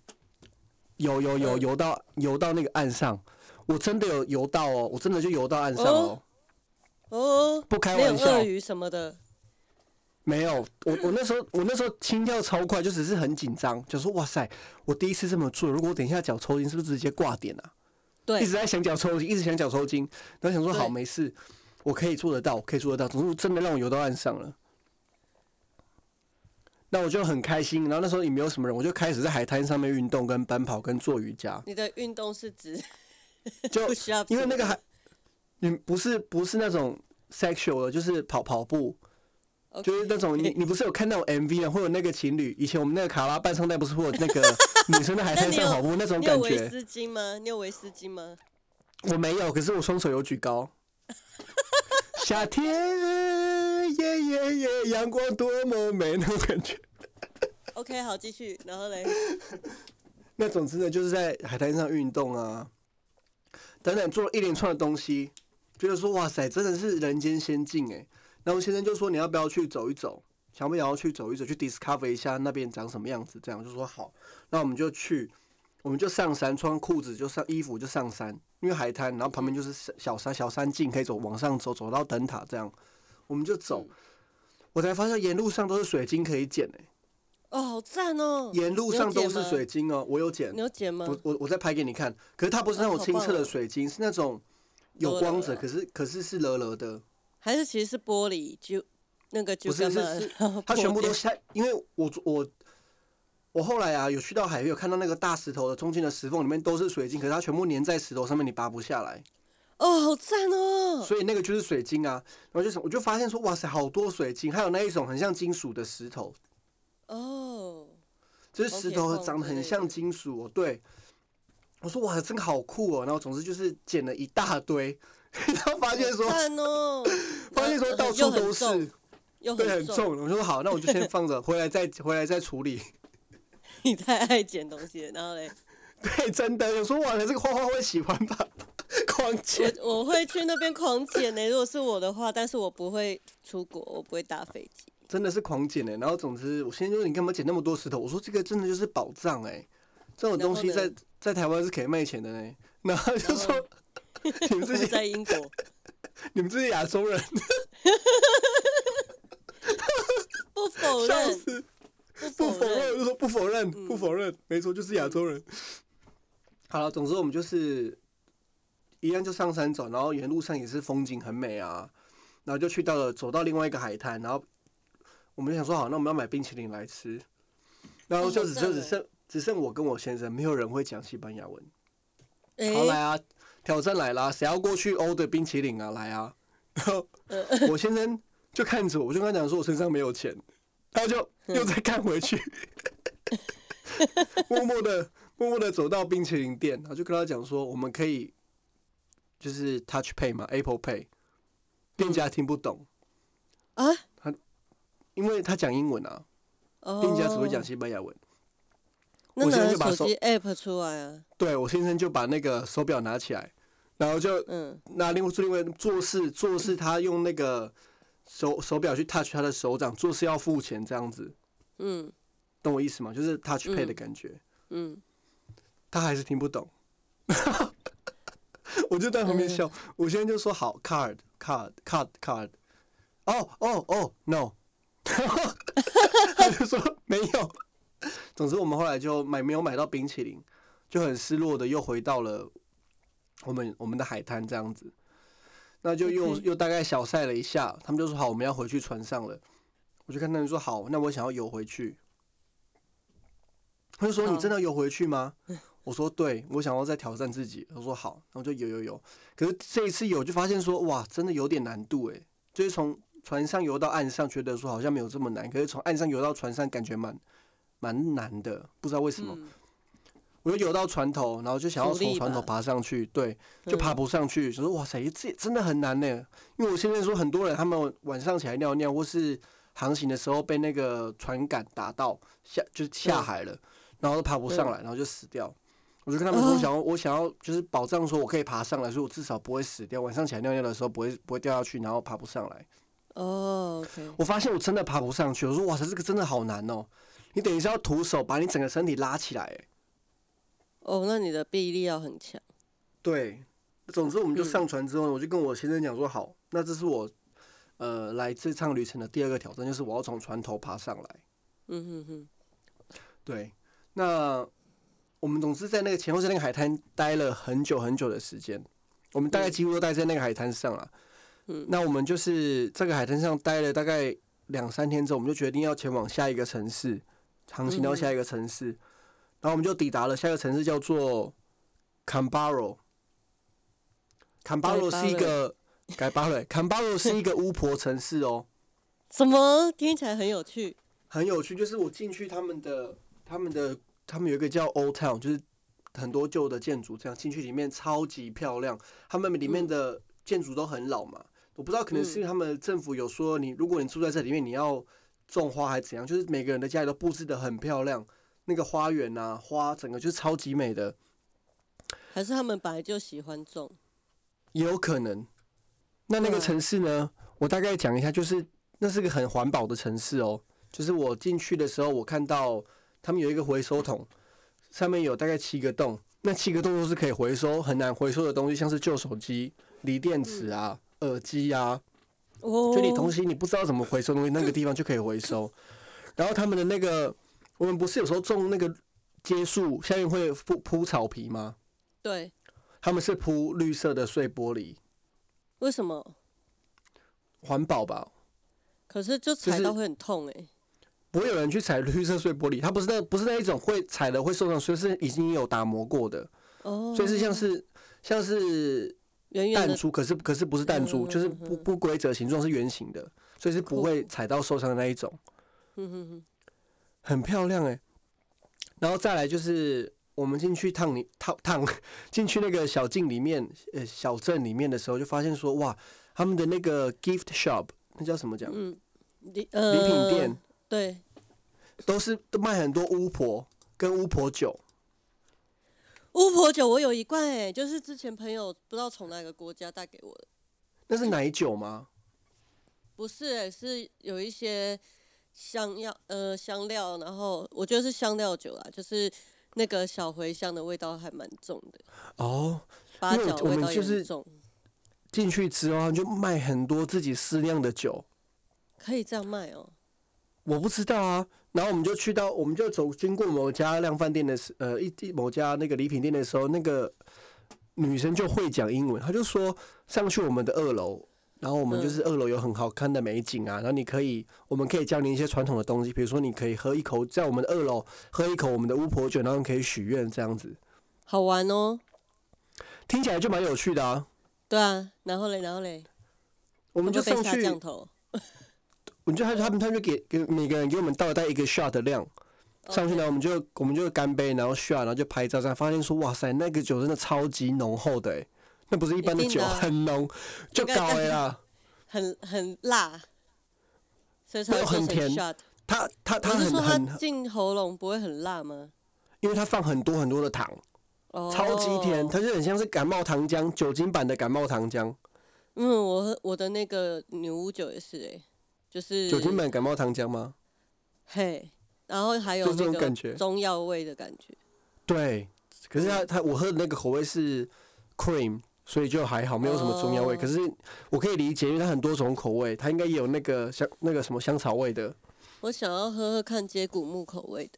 Speaker 1: 游到那个岸上，我真的有游到哦，我真的就游到岸上哦。
Speaker 2: 哦，
Speaker 1: 不开玩笑。
Speaker 2: 没有鳄鱼什么的。
Speaker 1: 没有，我那时候心跳超快，就只是很紧张，就说哇塞，我第一次这么做，如果我等一下脚抽筋，是不是直接挂点啊？
Speaker 2: 对，
Speaker 1: 一直在想脚抽筋，一直想脚抽筋，然后想说好没事，我可以做得到，我可以做得到，总之真的让我游到岸上了。那我就很开心，然后那时候也没有什么人，我就开始在海滩上面运动、跟奔跑、跟做瑜伽。
Speaker 2: 你的运动是指
Speaker 1: 就因为那个你不是那种 sexual 的，就是跑步。
Speaker 2: Okay.
Speaker 1: 就是那种你不是有看那种 MV 啊，或者那个情侣，以前我们那个卡拉半上带不是会有那个女生在海滩上跑步那种感觉？
Speaker 2: 你有围丝巾吗？你有围丝巾吗？
Speaker 1: 我没有，可是我双手有举高。夏天夜夜夜，阳光多么美，那种感觉。
Speaker 2: OK， 好，继续，然后嘞。
Speaker 1: 那总之呢，就是在海滩上运动啊，等等，做了一连串的东西，觉得说哇塞，真的是人间仙境哎。然后先生就说你要不要去走一走，想不想要去走一走，去 discover 一下那边长什么样子？这样就说好，那我们就去，我们就上山，穿裤子就上衣服就上山，因为海滩，然后旁边就是小山径，可以往上走到灯塔这样，我们就走，我才发现沿路上都是水晶可以捡哎。
Speaker 2: 哦，好赞哦！
Speaker 1: 沿路上都是水晶哦，我有捡。
Speaker 2: 你有捡吗？
Speaker 1: 我再拍给你看，可是它不是那种清澈的水晶，是那种有光泽，可是是勒的。
Speaker 2: 还是其实是玻璃，就那个就
Speaker 1: 不是它全部都下，因为我后来啊有去到海边，有看到那个大石头的中间的石缝里面都是水晶，可是它全部粘在石头上面，你拔不下来。
Speaker 2: 哦，好赞哦！
Speaker 1: 所以那个就是水晶啊，然后我就发现说哇塞，好多水晶，还有那一种很像金属的石头。
Speaker 2: 哦，
Speaker 1: 就是石头长得很像金属哦，对。我说哇，真的好酷哦，然后总之就是捡了一大堆。然后发现说，发现说到处都是，对，很重。我说好，那我就先放着，回来再处理。
Speaker 2: 你太爱捡东西了，然后嘞？
Speaker 1: 对，真的，有说哇，这个花花会喜欢吧？狂捡，
Speaker 2: 我会去那边狂捡呢。如果是我的话，但是我不会出国，我不会搭飞机。
Speaker 1: 真的是狂捡呢。然后总之，我先就说你干嘛捡那么多石头？我说这个真的就是宝藏哎，这种东西在台湾是可以卖钱的呢。然后就说。你们这些
Speaker 2: 在英国，
Speaker 1: 你们这些亚洲人，
Speaker 2: 不否认，
Speaker 1: 不否认，我就说不否认，没错，就是亚洲人。好了，总之我们就是一样就上山走，然后沿路上也是风景很美啊，然后就走到另外一个海滩，然后我们就想说好，那我们要买冰淇淋来吃，然后就只剩我跟我先生，没有人会讲西班牙文。好来啊！挑战来啦！谁要过去欧的冰淇淋啊？来啊！然后我先生就看着我，就跟他讲说我身上没有钱，他就又再看回去，默默的走到冰淇淋店，然后就跟他讲说我们可以就是 Touch Pay 嘛 ，Apple Pay， 店家听不懂
Speaker 2: 啊，
Speaker 1: 因为他讲英文啊，店家只会讲西班牙文。
Speaker 2: 那拿手机 App 出来啊？
Speaker 1: 对，我先生就把那个手表拿起来，然后就拿另外做事，他用那个手表去 touch 他的手掌，做事要付钱这样子。懂我意思吗？就是 touch pay 的感觉。他还是听不懂，我就在旁边笑。我先生就说好 card， 哦 no， 他就说没有。总之，我们后来就没有买到冰淇淋，就很失落的又回到了我们的海滩这样子。那就又大概小晒了一下，他们就说好，我们要回去船上了。我就看他们说好，那我想要游回去。他就说你真的游回去吗？我说对，我想要再挑战自己。他说好，然后就游。可是这一次游就发现说哇，真的有点难度哎，就是从船上游到岸上，觉得说好像没有这么难，可是从岸上游到船上，感觉蛮难的，不知道为什么。我就游到船头，然后就想要从船头爬上去，对，就爬不上去。就说哇塞，这真的很难呢。因为我现在说很多人他们晚上起来尿尿，或是航行的时候被那个船杆打到就是下海了，然后都爬不上来，然后就死掉。 我就跟他们说，我想要就是保障说我可以爬上来，所以我至少不会死掉。晚上起来尿尿的时候不会掉下去，然后爬不上来。
Speaker 2: OK。
Speaker 1: 我发现我真的爬不上去，我说哇塞，这个真的好难哦！你等于是要徒手把你整个身体拉起来，
Speaker 2: 那你的臂力要很强。
Speaker 1: 对，总之我们就上船之后，我就跟我先生讲说，好，那这是我来这趟旅程的第2个挑战，就是我要从船头爬上来。对，那我们总之在那个前后在那个海滩待了很久很久的时间，我们大概几乎都待在那个海滩上了。那我们就是这个海滩上待了大概2-3天之后，我们就决定要前往下一个城市，航行到下一个城市，然后我们就抵达了下一个城市，叫做 Kambaro。Kambaro 是一个Kambaro 是一个巫婆城市哦。
Speaker 2: 什么？听起来很有趣。
Speaker 1: 很有趣，就是我进去他们有一个叫 Old Town， 就是很多旧的建筑，这样进去里面超级漂亮。他们里面的建筑都很老嘛，我不知道可能是因为他们政府有说如果你住在这里面，你要种花还是怎样，就是每个人的家里都布置得很漂亮，那个花园啊花整个就是超级美的。
Speaker 2: 还是他们本来就喜欢种？
Speaker 1: 也有可能。那个城市呢，我大概讲一下，就是那是个很环保的城市哦。就是我进去的时候，我看到他们有一个回收桶，上面有大概7个洞，那7个洞都是可以回收很难回收的东西，像是旧手机、锂电池啊、耳机啊，就你东西你不知道怎么回收东西，那个地方就可以回收。然后他们的那个，我们不是有时候种那个街树下面会铺草皮吗？
Speaker 2: 对，
Speaker 1: 他们是铺绿色的碎玻璃。
Speaker 2: 为什么？
Speaker 1: 环保吧。
Speaker 2: 可是就踩到会很痛欸。
Speaker 1: 不会有人去踩绿色碎玻璃，它不是那一种会踩了会受伤，所以是已经有打磨过的。所以是像是弹珠，可是不是弹珠，就是不规则形状，是圆形的，所以是不会踩到受伤的那一种。很漂亮欸。然后再来就是我们进去进去那个小径里面，小镇里面的时候，就发现说哇，他们的那个 gift shop， 那叫什么讲？礼品店。
Speaker 2: 对，
Speaker 1: 都卖很多巫婆跟巫婆酒。
Speaker 2: 巫婆酒我有一罐欸，就是之前朋友不知道从哪个国家带给我的。
Speaker 1: 那是奶酒吗？
Speaker 2: 不是欸，是有一些香料，然后我觉得是香料酒啦，就是那个小茴香的味道还蛮重的。八角味道也很重。
Speaker 1: 进去之后就卖很多自己私酿的酒。
Speaker 2: 可以这样卖哦？
Speaker 1: 我不知道啊。然后我们就经过某家量贩店的某家那个礼品店的时候，那个女生就会讲英文，她就说上去我们的2楼，然后我们就是2楼有很好看的美景啊，然后我们可以教你一些传统的东西，比如说你可以喝一口，在我们的2楼喝一口我们的巫婆酒，然后你可以许愿这样子。
Speaker 2: 好玩哦，听
Speaker 1: 起来就蛮有趣的啊。
Speaker 2: 对啊，然后嘞，
Speaker 1: 我们就上去。
Speaker 2: 降头。
Speaker 1: 他们就给每个人给我们倒带1个 shot 的量上去，然后我们就干杯，然后 shot， 然后就拍照，这样发现说哇塞，那个酒真的超级浓厚的那不是一般的酒，很浓，就高啦，
Speaker 2: 很辣，所以才会
Speaker 1: 很甜。它
Speaker 2: 很进喉咙不会很辣吗？
Speaker 1: 因为它放很多很多的糖，超级甜，它就很像是感冒糖浆，酒精版的感冒糖浆。
Speaker 2: 我的那个女巫酒也是就是
Speaker 1: 酒精版感冒糖浆吗？
Speaker 2: 嘿，然后还有那个中药味的感觉。
Speaker 1: 对，可是我喝的那个口味是 cream， 所以就还好，没有什么中药味。可是我可以理解，因为它很多种口味，它应该也有那个什么香草味的。
Speaker 2: 我想要喝喝看接骨木口味的。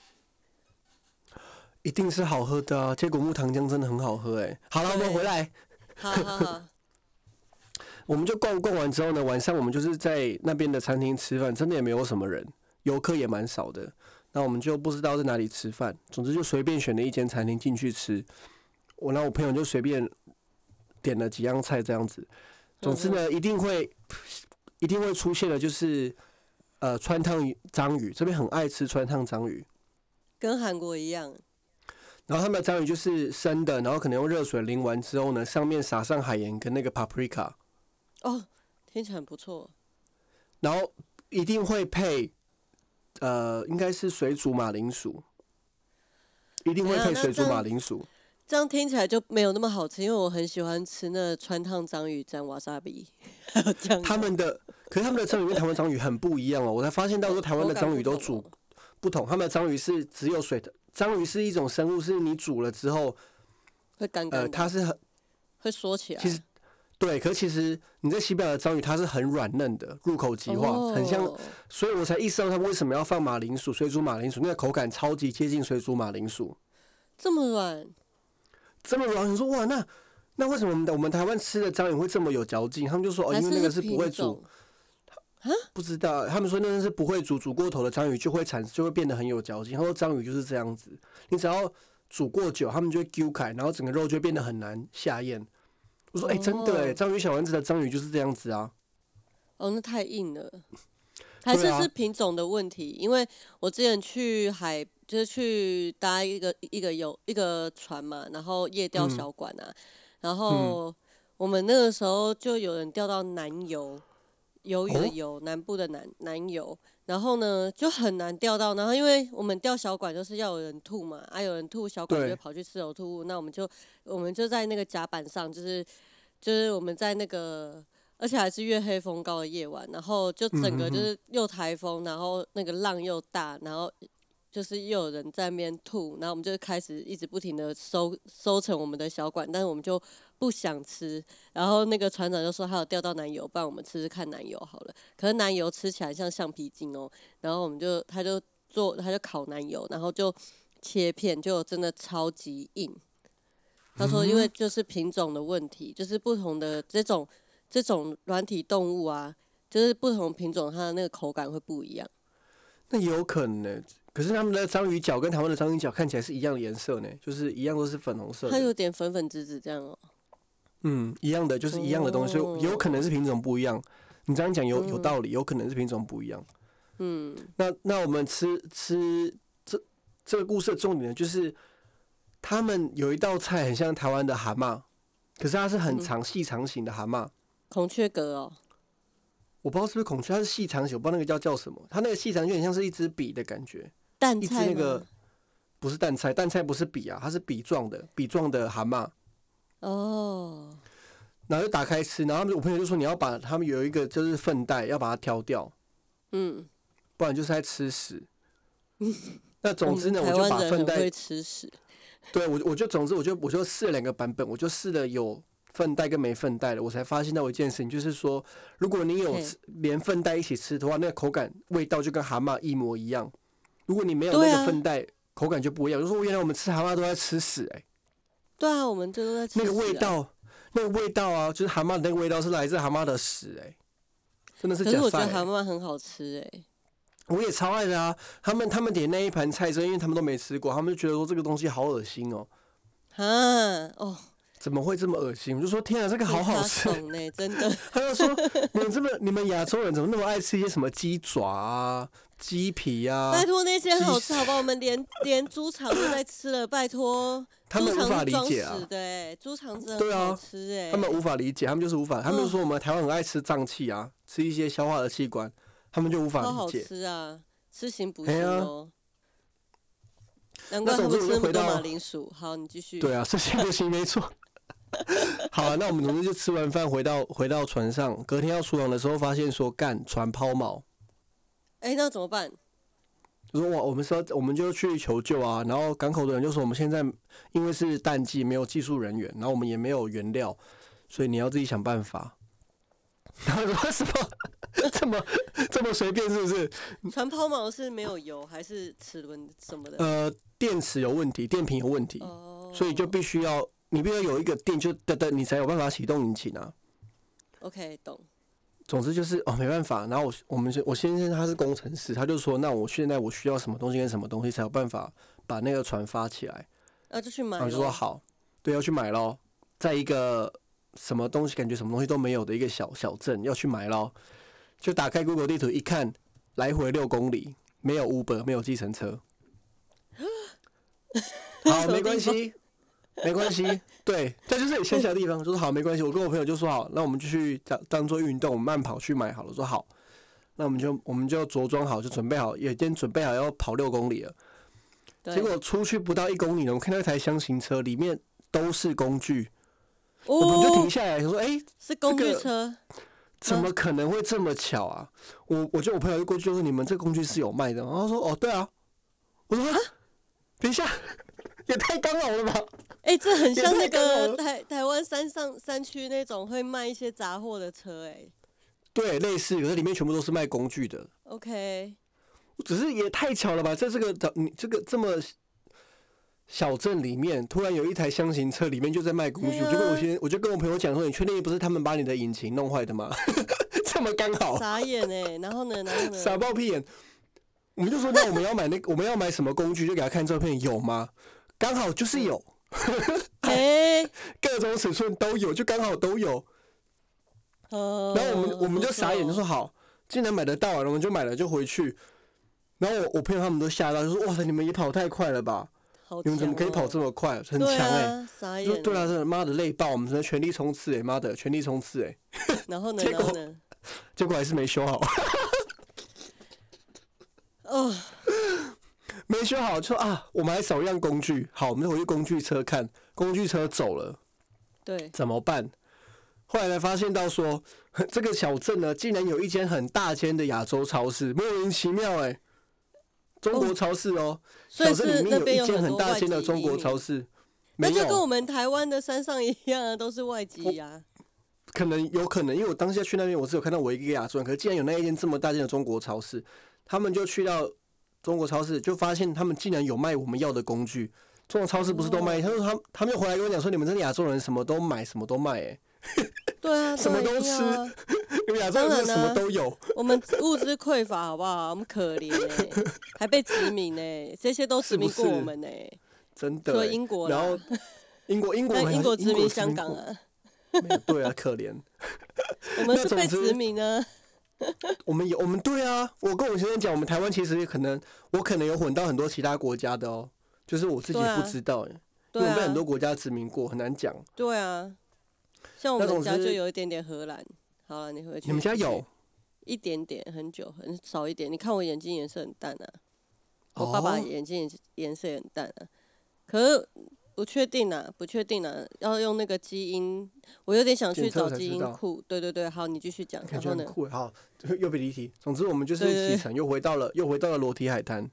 Speaker 1: 一定是好喝的啊！接骨木糖浆真的很好喝好了，我们回来。
Speaker 2: 好。
Speaker 1: 我们就逛完之后呢，晚上我们就是在那边的餐厅吃饭，真的也没有什么人，游客也蛮少的。那我们就不知道在哪里吃饭，总之就随便选了一间餐厅进去吃。我朋友就随便点了几样菜这样子。总之呢，一定会出现的就是川烫章鱼，这边很爱吃川烫章鱼，
Speaker 2: 跟韩国一样。
Speaker 1: 然后他们的章鱼就是生的，然后可能用热水淋完之后呢，上面撒上海盐跟那个 paprika。
Speaker 2: 听起来很不错。
Speaker 1: 然后一定会配应该是水煮马铃薯， 一定会配水煮马铃薯。
Speaker 2: 这样听起来就没有那么好吃，因为我很喜欢吃那川烫章鱼沾瓦萨比，还有酱油。
Speaker 1: 可是他们的章鱼跟台湾章鱼很不一样哦，我才发现到说台湾的章鱼都煮不同，他们的章鱼是只有水的。章鱼是一种生物，是你煮了之后
Speaker 2: 会干干的，
Speaker 1: 它是
Speaker 2: 会缩起来。
Speaker 1: 其实对，可是其实你在西班牙的章鱼它是很软嫩的，入口即化，很像，所以我才意识到他们为什么要放马铃薯，水煮马铃薯，那个口感超级接近水煮马铃薯。
Speaker 2: 这么软？
Speaker 1: 这么软？你说哇，那为什么我们台湾吃的章鱼会这么有嚼劲？他们就说因为那个是不会煮。不知道，他们说那是不会煮过头的章鱼就会变得很有嚼劲。他说章鱼就是这样子，你只要煮过久，他们就会揪开，然后整个肉就会变得很难下咽。我说真的章鱼小丸子的章鱼就是这样子啊。
Speaker 2: 那太硬了，还是品种的问题？因为我之前就是去搭一个船嘛，然后夜钓小馆啊，然后我们那个时候就有人钓到南游。鱿鱼的游，南部的南游，然后呢就很难钓到，然后因为我们钓小管就是要有人吐嘛，有人吐小管就会跑去吃呕吐物，那我们就在那个甲板上，就是我们在那个，而且还是月黑风高的夜晚，然后就整个就是又台风，然后那个浪又大，然后就是又有人在那边吐，然后我们就开始一直不停的收成我们的小管，但是我们就不想吃，然后那个船长就说他有钓到南油，不然我们吃吃看南油好了。可是南油吃起来像橡皮筋哦，然后他就烤南油，然后就切片，就真的超级硬。他说因为就是品种的问题，就是不同的这种软体动物啊，就是不同品种它的那个口感会不一样。
Speaker 1: 那有可能呢，可是他们的章鱼脚跟台湾的章鱼脚看起来是一样的颜色呢，就是一样都是粉红色的。
Speaker 2: 它有点粉粉紫紫这样哦。
Speaker 1: 一样的，就是一样的东西，所以有可能是品种不一样。你这样讲有道理，有可能是品种不一样。那我们吃这个故事的重点就是他们有一道菜很像台湾的蛤蟆，可是它是很细长型的蛤蟆。
Speaker 2: 孔雀蛤哦。
Speaker 1: 我不知道是不是孔雀，它是细长型，我不知道那个叫什么。它那个细长就很像是一支笔的感觉。
Speaker 2: 蛋菜吗？
Speaker 1: 一支那个不是蛋菜，蛋菜不是笔啊，它是笔状的蛤蟆。然后就打开吃，然后我朋友就说你要把他们有一个就是粪袋要把它挑掉，不然就是在吃屎。那总之呢，我就把粪袋
Speaker 2: 会吃屎。
Speaker 1: 对，我就试了2个版本，我就试了有粪袋跟没粪袋的，我才发现到一件事情，就是说，如果你有连粪袋一起吃的话，那个口感味道就跟蛤蟆一模一样。如果你没有那个粪袋，口感就不一样。就说原来我们吃蛤蟆都在吃屎
Speaker 2: 对啊，我们这都在吃屎。那
Speaker 1: 个味道啊，就是蛤蟆的那个味道是来自蛤蟆的屎真的是假赛。
Speaker 2: 可是我觉得蛤蟆很好吃
Speaker 1: 我也超爱的啊！他们点那一盘菜之后，因为他们都没吃过，他们就觉得说这个东西好恶心哦。怎么会这么恶心？我就说天啊，这个好好吃
Speaker 2: 真的。
Speaker 1: 他就说你们亚洲人怎么那么爱吃一些什么鸡爪啊、鸡皮啊？
Speaker 2: 拜托那些好吃好不好？我们连猪肠都在吃了，拜托。
Speaker 1: 他们无法理解啊。
Speaker 2: 猪肠真的很好吃
Speaker 1: 他们无法理解，他们就是无法。他们就说我们台湾很爱吃脏器啊，吃一些消化的器官，他们就无法理解。
Speaker 2: 好好吃啊，吃行补行哦。难怪他们吃那么多马铃薯。好，你继续。
Speaker 1: 对啊，吃行补行没错。好那我们总之就吃完饭回到船上，隔天要出航的时候，发现说船抛锚。
Speaker 2: 那怎么办？
Speaker 1: 就说我们就去求救啊，然后港口的人就说我们现在因为是淡季，没有技术人员，然后我们也没有原料，所以你要自己想办法。然后说什么这么随便是不是？
Speaker 2: 船抛锚是没有油还是齿轮什么的？
Speaker 1: 电池有问题，电瓶有问题，所以就必须要有一个电，就你才有办法启动引擎啊。
Speaker 2: OK， 懂。
Speaker 1: 总之就是没办法。然后我先生他是工程师，他就说那我现在我需要什么东西跟什么东西才有办法把那个船发起来。
Speaker 2: 就去买。
Speaker 1: 然后就说好，对，要去买咯，在一个什么东西感觉什么东西都没有的一个小镇要去买咯，就打开 Google 地图一看，来回6公里，没有 Uber， 没有计程车。好，没关系。对，这就是乡下的地方。就说好，没关系。我跟我朋友就说好，那我们就去当做运动，我们慢跑去买好了。说好，那我们就着装好，就准备好，也已经准备好要跑6公里了。 结果出去不到1公里呢，我看到一台箱型车，里面都是工具，我们就停下来说：“哎，
Speaker 2: 是工具车。
Speaker 1: 怎么可能会这么巧啊？”我朋友就过去就说：“你们这工具是有卖的吗？”然后说：“哦，对啊。”我说：“等一下，也太刚好了吧？”
Speaker 2: 这很像那个台湾山区那种会卖一些杂货的车，
Speaker 1: 对，类似，可是里面全部都是卖工具的。
Speaker 2: OK。
Speaker 1: 只是也太巧了吧，在你这个这么小镇里面，突然有一台箱型车，里面就在卖工具。我就跟我朋友讲说：“你确定不是他们把你的引擎弄坏的吗？”这么刚好。
Speaker 2: 傻眼然后呢？
Speaker 1: 傻爆屁眼。我们就说：“那我们要买什么工具？就给他看照片，有吗？刚好就是有。各种尺寸都有，就刚好都有。然后我们就傻眼，就说好，既然买得到，我们就买了，就回去。然后我朋友他们都吓到，就说：“哇塞，你们也跑太快了吧？你们怎么可以跑这么快？很强
Speaker 2: 傻眼。”
Speaker 1: 说：“对啊，真的，妈的累爆，我们真的全力冲刺妈的全力冲刺
Speaker 2: 然后呢？
Speaker 1: 结果还是没修好。没修好，就说我们还少一样工具。好，我们就回去工具车看，工具车走了，
Speaker 2: 对，
Speaker 1: 怎么办？后来才发现到说，这个小镇呢，竟然有一间很大间的亚洲超市，莫名其妙中国超市小镇里面有一间很大间的中国超市，
Speaker 2: 那就跟我们台湾的山上一样啊，都是外籍啊。
Speaker 1: 有可能，因为我当下去那边，我只有看到我一个亚洲人，可是既然有那一间这么大间的中国超市，他们就去到中国超市，就发现他们竟然有卖我们要的工具。中国超市不是都卖？他说他们就回来跟我讲说，你们这亚洲人什么都买，什么都卖
Speaker 2: 对啊，
Speaker 1: 什么都吃，你们亚洲人什么都有。
Speaker 2: 我们物资匮乏，好不好？我们可怜还被殖民这些都殖民过我们
Speaker 1: 真的。
Speaker 2: 除了英国，
Speaker 1: 然后英
Speaker 2: 国殖民香港啊。
Speaker 1: 对啊，可怜。
Speaker 2: 我们是被殖民啊。
Speaker 1: 我们对啊，我跟我先生讲，我们台湾其实我可能有混到很多其他国家的就是我自己也不知道因为我们被很多国家殖民过，很难讲。
Speaker 2: 对啊。像我们家就有一点点荷兰。好了，你回去。
Speaker 1: 你们家有？
Speaker 2: 一点点，很少一点。你看我眼睛颜色很淡啊，我爸爸眼睛颜色也很淡啊。可是不确定啊，要用那个基因，我有点想去找基因库。对，好，你继续讲。
Speaker 1: 感觉很酷好，又被离题。总之我们就是启程，又回到了裸体海滩。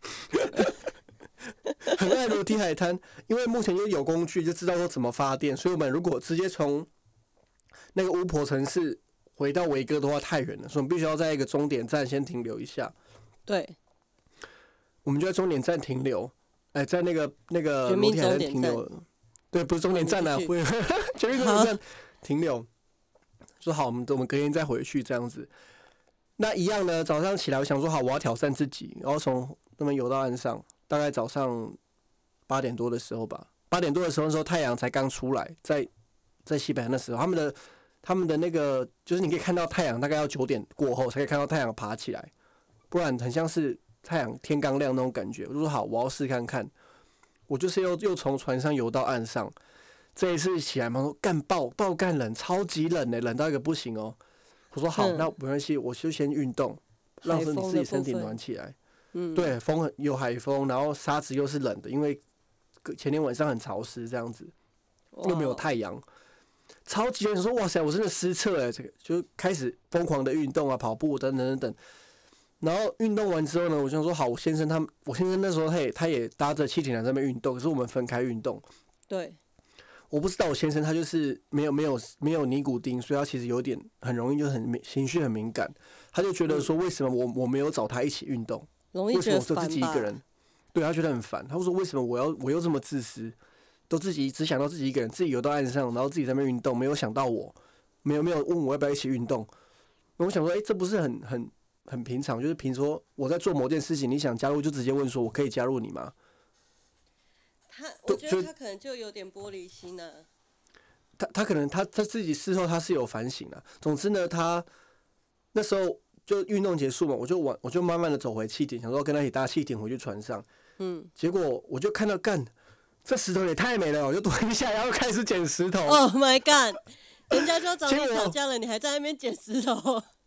Speaker 1: 很爱裸体海滩，因为目前就有工具，就知道说怎么发电，所以我们如果直接从那个巫婆城市回到维哥的话太远了，所以我们必须要在一个终点站先停留一下。
Speaker 2: 对，
Speaker 1: 我们就在终点站停留，在那个裸体海滩停留。对，不是终点站啊，绝命终点站停留。说好，我们隔天再回去这样子。那一样呢，早上起来我想说好，我要挑战自己，然后从那边游到岸上。大概早上8点多的时候吧，8点多的时候太阳才刚出来，在西北岸的时候，他们的那个就是你可以看到太阳，大概要9点过后才可以看到太阳爬起来，不然很像是太阳天刚亮那种感觉。我就说好，我要试看看。我就是又从船上游到岸上，这一次起来嘛，说爆干冷，超级冷冷到一个不行我说好，那没关系，我就先运动，让你自己身体暖起来。对，有海风，然后沙子又是冷的，因为前天晚上很潮湿，这样子又没有太阳，超级冷。说哇塞，我真的失策这个就开始疯狂的运动啊，跑步等等。然后运动完之后呢，我想说好，我先生那时候他也搭着汽艇来这边运动，可是我们分开运动。
Speaker 2: 对，
Speaker 1: 我不知道我先生他就是没有尼古丁，所以他其实有点很容易就情绪很敏感，他就觉得说为什么我没有找他一起运动。为什么我就自己一个人？对，他觉得很烦。他说：“为什么我又这么自私，都自己只想到自己一个人，自己游到岸上，然后自己在那边运动，没有想到我，没有问我要不要一起运动。”我想说，这不是很平常？就是凭说我在做某件事情，你想加入就直接问说，我可以加入你吗？
Speaker 2: 我觉得他可能就有点玻璃心啊。
Speaker 1: 他可能他自己事后他是有反省啊。总之呢，他那时候。就运动结束嘛，我就慢慢的走回汽艇，想说跟他一起搭汽艇回去船上。结果我就看到这石头也太美了，我就蹲下，然后开始捡石头。
Speaker 2: Oh my god！ 人家就要找你吵架了，你还在那边捡石头。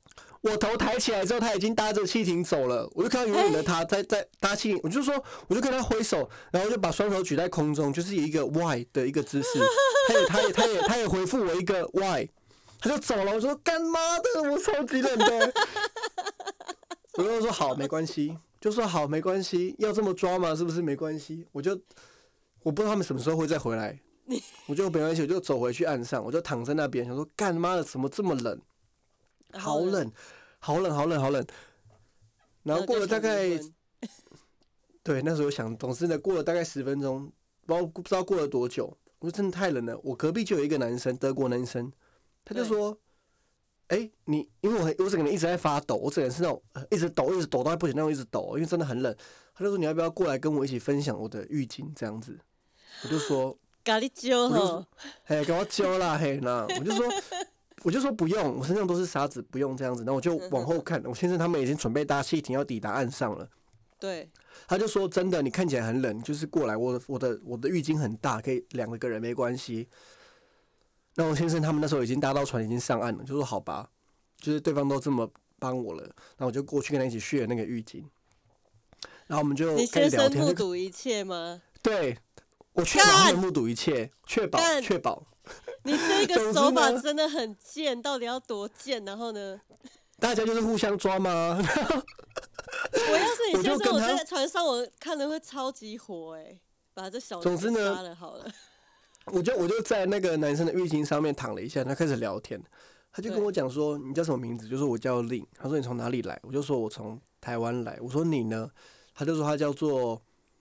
Speaker 1: 我头抬起来之后，他已经搭着汽艇走了，我就看到远远的他在搭汽艇，我就跟他挥手，然后就把双手举在空中，就是一个 Y 的一个姿势。他也回复我一个 Y， 他就走了。我说干妈的，我超级冷的。我就说好，没关系，就说好，没关系，要这么抓吗？是不是没关系？我不知道他们什么时候会再回来，我就没关系，我就走回去岸上，我就躺在那边，想说干妈的，怎么这么冷？好冷，好冷，好冷，好冷。然后过了大概，对，那时候想，总之呢，过了大概10分钟，不知道过了多久。我说真的太冷了。我隔壁就有一个男生，德国男生，他就说：“你因为我整个人一直在发抖，我整个人是那种一直抖到不行那种一直抖，因为真的很冷。”他就说：“你要不要过来跟我一起分享我的浴巾？”这样子，我就说：“
Speaker 2: 咖喱揪吼，
Speaker 1: 嘿，给我揪啦嘿那。”我就说不用，我身上都是沙子，不用这样子。然后我就往后看，我先生他们已经准备搭汽艇要抵达岸上了。
Speaker 2: 对，
Speaker 1: 他就说真的，你看起来很冷，就是过来，我的浴巾很大，可以2个人没关系。那我先生他们那时候已经搭到船，已经上岸了，就说好吧，就是对方都这么帮我了，然后我就过去跟他一起share那个浴巾，然后我们就
Speaker 2: 你
Speaker 1: 开始聊天。
Speaker 2: 先生目睹一切吗？
Speaker 1: 对，我确保他们目睹一切，确保。
Speaker 2: 你这个手法真的很贱，到底要多贱？然后呢？
Speaker 1: 大家就是互相抓吗？
Speaker 2: 我要是你先生，我在船上我看了会超级火把这小人杀了好了。
Speaker 1: 我就在那个男生的浴巾上面躺了一下，他开始聊天，他就跟我讲说：“你叫什么名字？”就说我叫Lin。他说：“你从哪里来？”我就说我从台湾来。我说你呢？他就说他叫做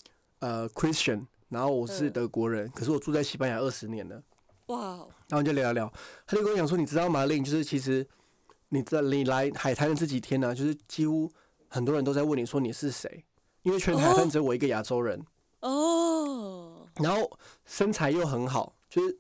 Speaker 1: Christian， 然后我是德国人，可是我住在西班牙20年了。哇！然后就聊聊，他就跟我讲说：“你知道吗，Lin？就是其实你来海滩的这几天呢，就是几乎很多人都在问你说你是谁，因为全海滩只有我一个亚洲人。”哦，然后身材又很好，就是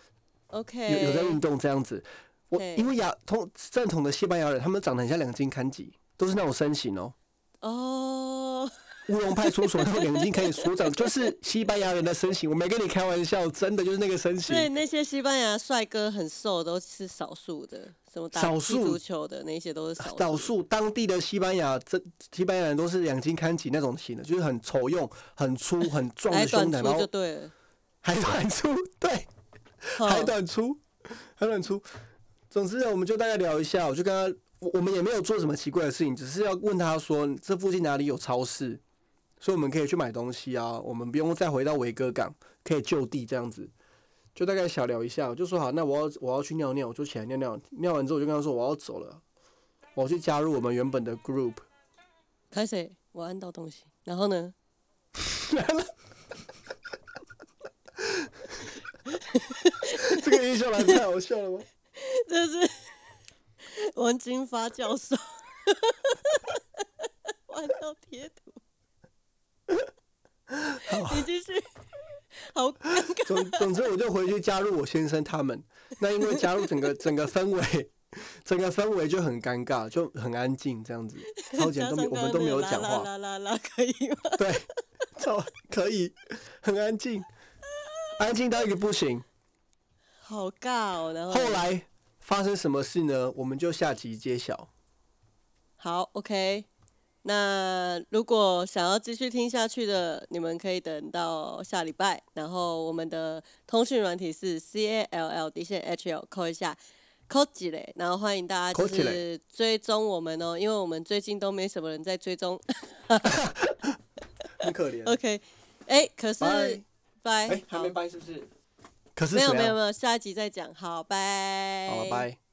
Speaker 2: ，OK，
Speaker 1: 有在运动这样子。因为正统的西班牙人，他们长得很像两金看吉，都是那种身形哦。哦，乌龙派出所那种两金可以所长，就是西班牙人的身形。我没跟你开玩笑，真的就是那个身形。
Speaker 2: 所以那些西班牙帅哥很瘦，都是少数的，什么打踢足球的那些都是少数。
Speaker 1: 当地的西班牙人都是两金看吉那种型的，就是很丑用、很粗、很壮的胸膛，然后
Speaker 2: 就对了，
Speaker 1: 还短粗，对，还短粗。总之呢，我们就大概聊一下，我就跟他，我们也没有做什么奇怪的事情，只是要问他说这附近哪里有超市，所以我们可以去买东西啊，我们不用再回到维哥港，可以就地这样子，就大概小聊一下。我就说好，那我要去尿尿，我就起来尿尿，尿完之后我就跟他说我要走了，我要去加入我们原本的 group。
Speaker 2: 开始，我按到东西，然后呢？
Speaker 1: 这个音效来太好笑了吗？
Speaker 2: 这是王金发教授玩到贴图，你继续，好尴尬。
Speaker 1: 总之我就回去加入我先生他们。那因为加入整个氛围就很尴尬，就很安静这样子，超简单，我们都没有讲话。
Speaker 2: 啦，可以吗？
Speaker 1: 对，可以，很安静，安静到一个不行。
Speaker 2: 好尬哦，然后
Speaker 1: 后来发生什么事呢？我们就下集揭晓。
Speaker 2: 好 ，OK。那如果想要继续听下去的，你们可以等到下礼拜。然后我们的通讯软体是 CALL_HL， 扣一下，扣几嘞。然后欢迎大家就是追踪我们哦，因为我们最近都没什么人在追踪，
Speaker 1: 很可怜。
Speaker 2: OK， 可是拜，
Speaker 1: 还没拜是不是？可是
Speaker 2: 没有，下一集再讲。好，拜。
Speaker 1: 好，拜。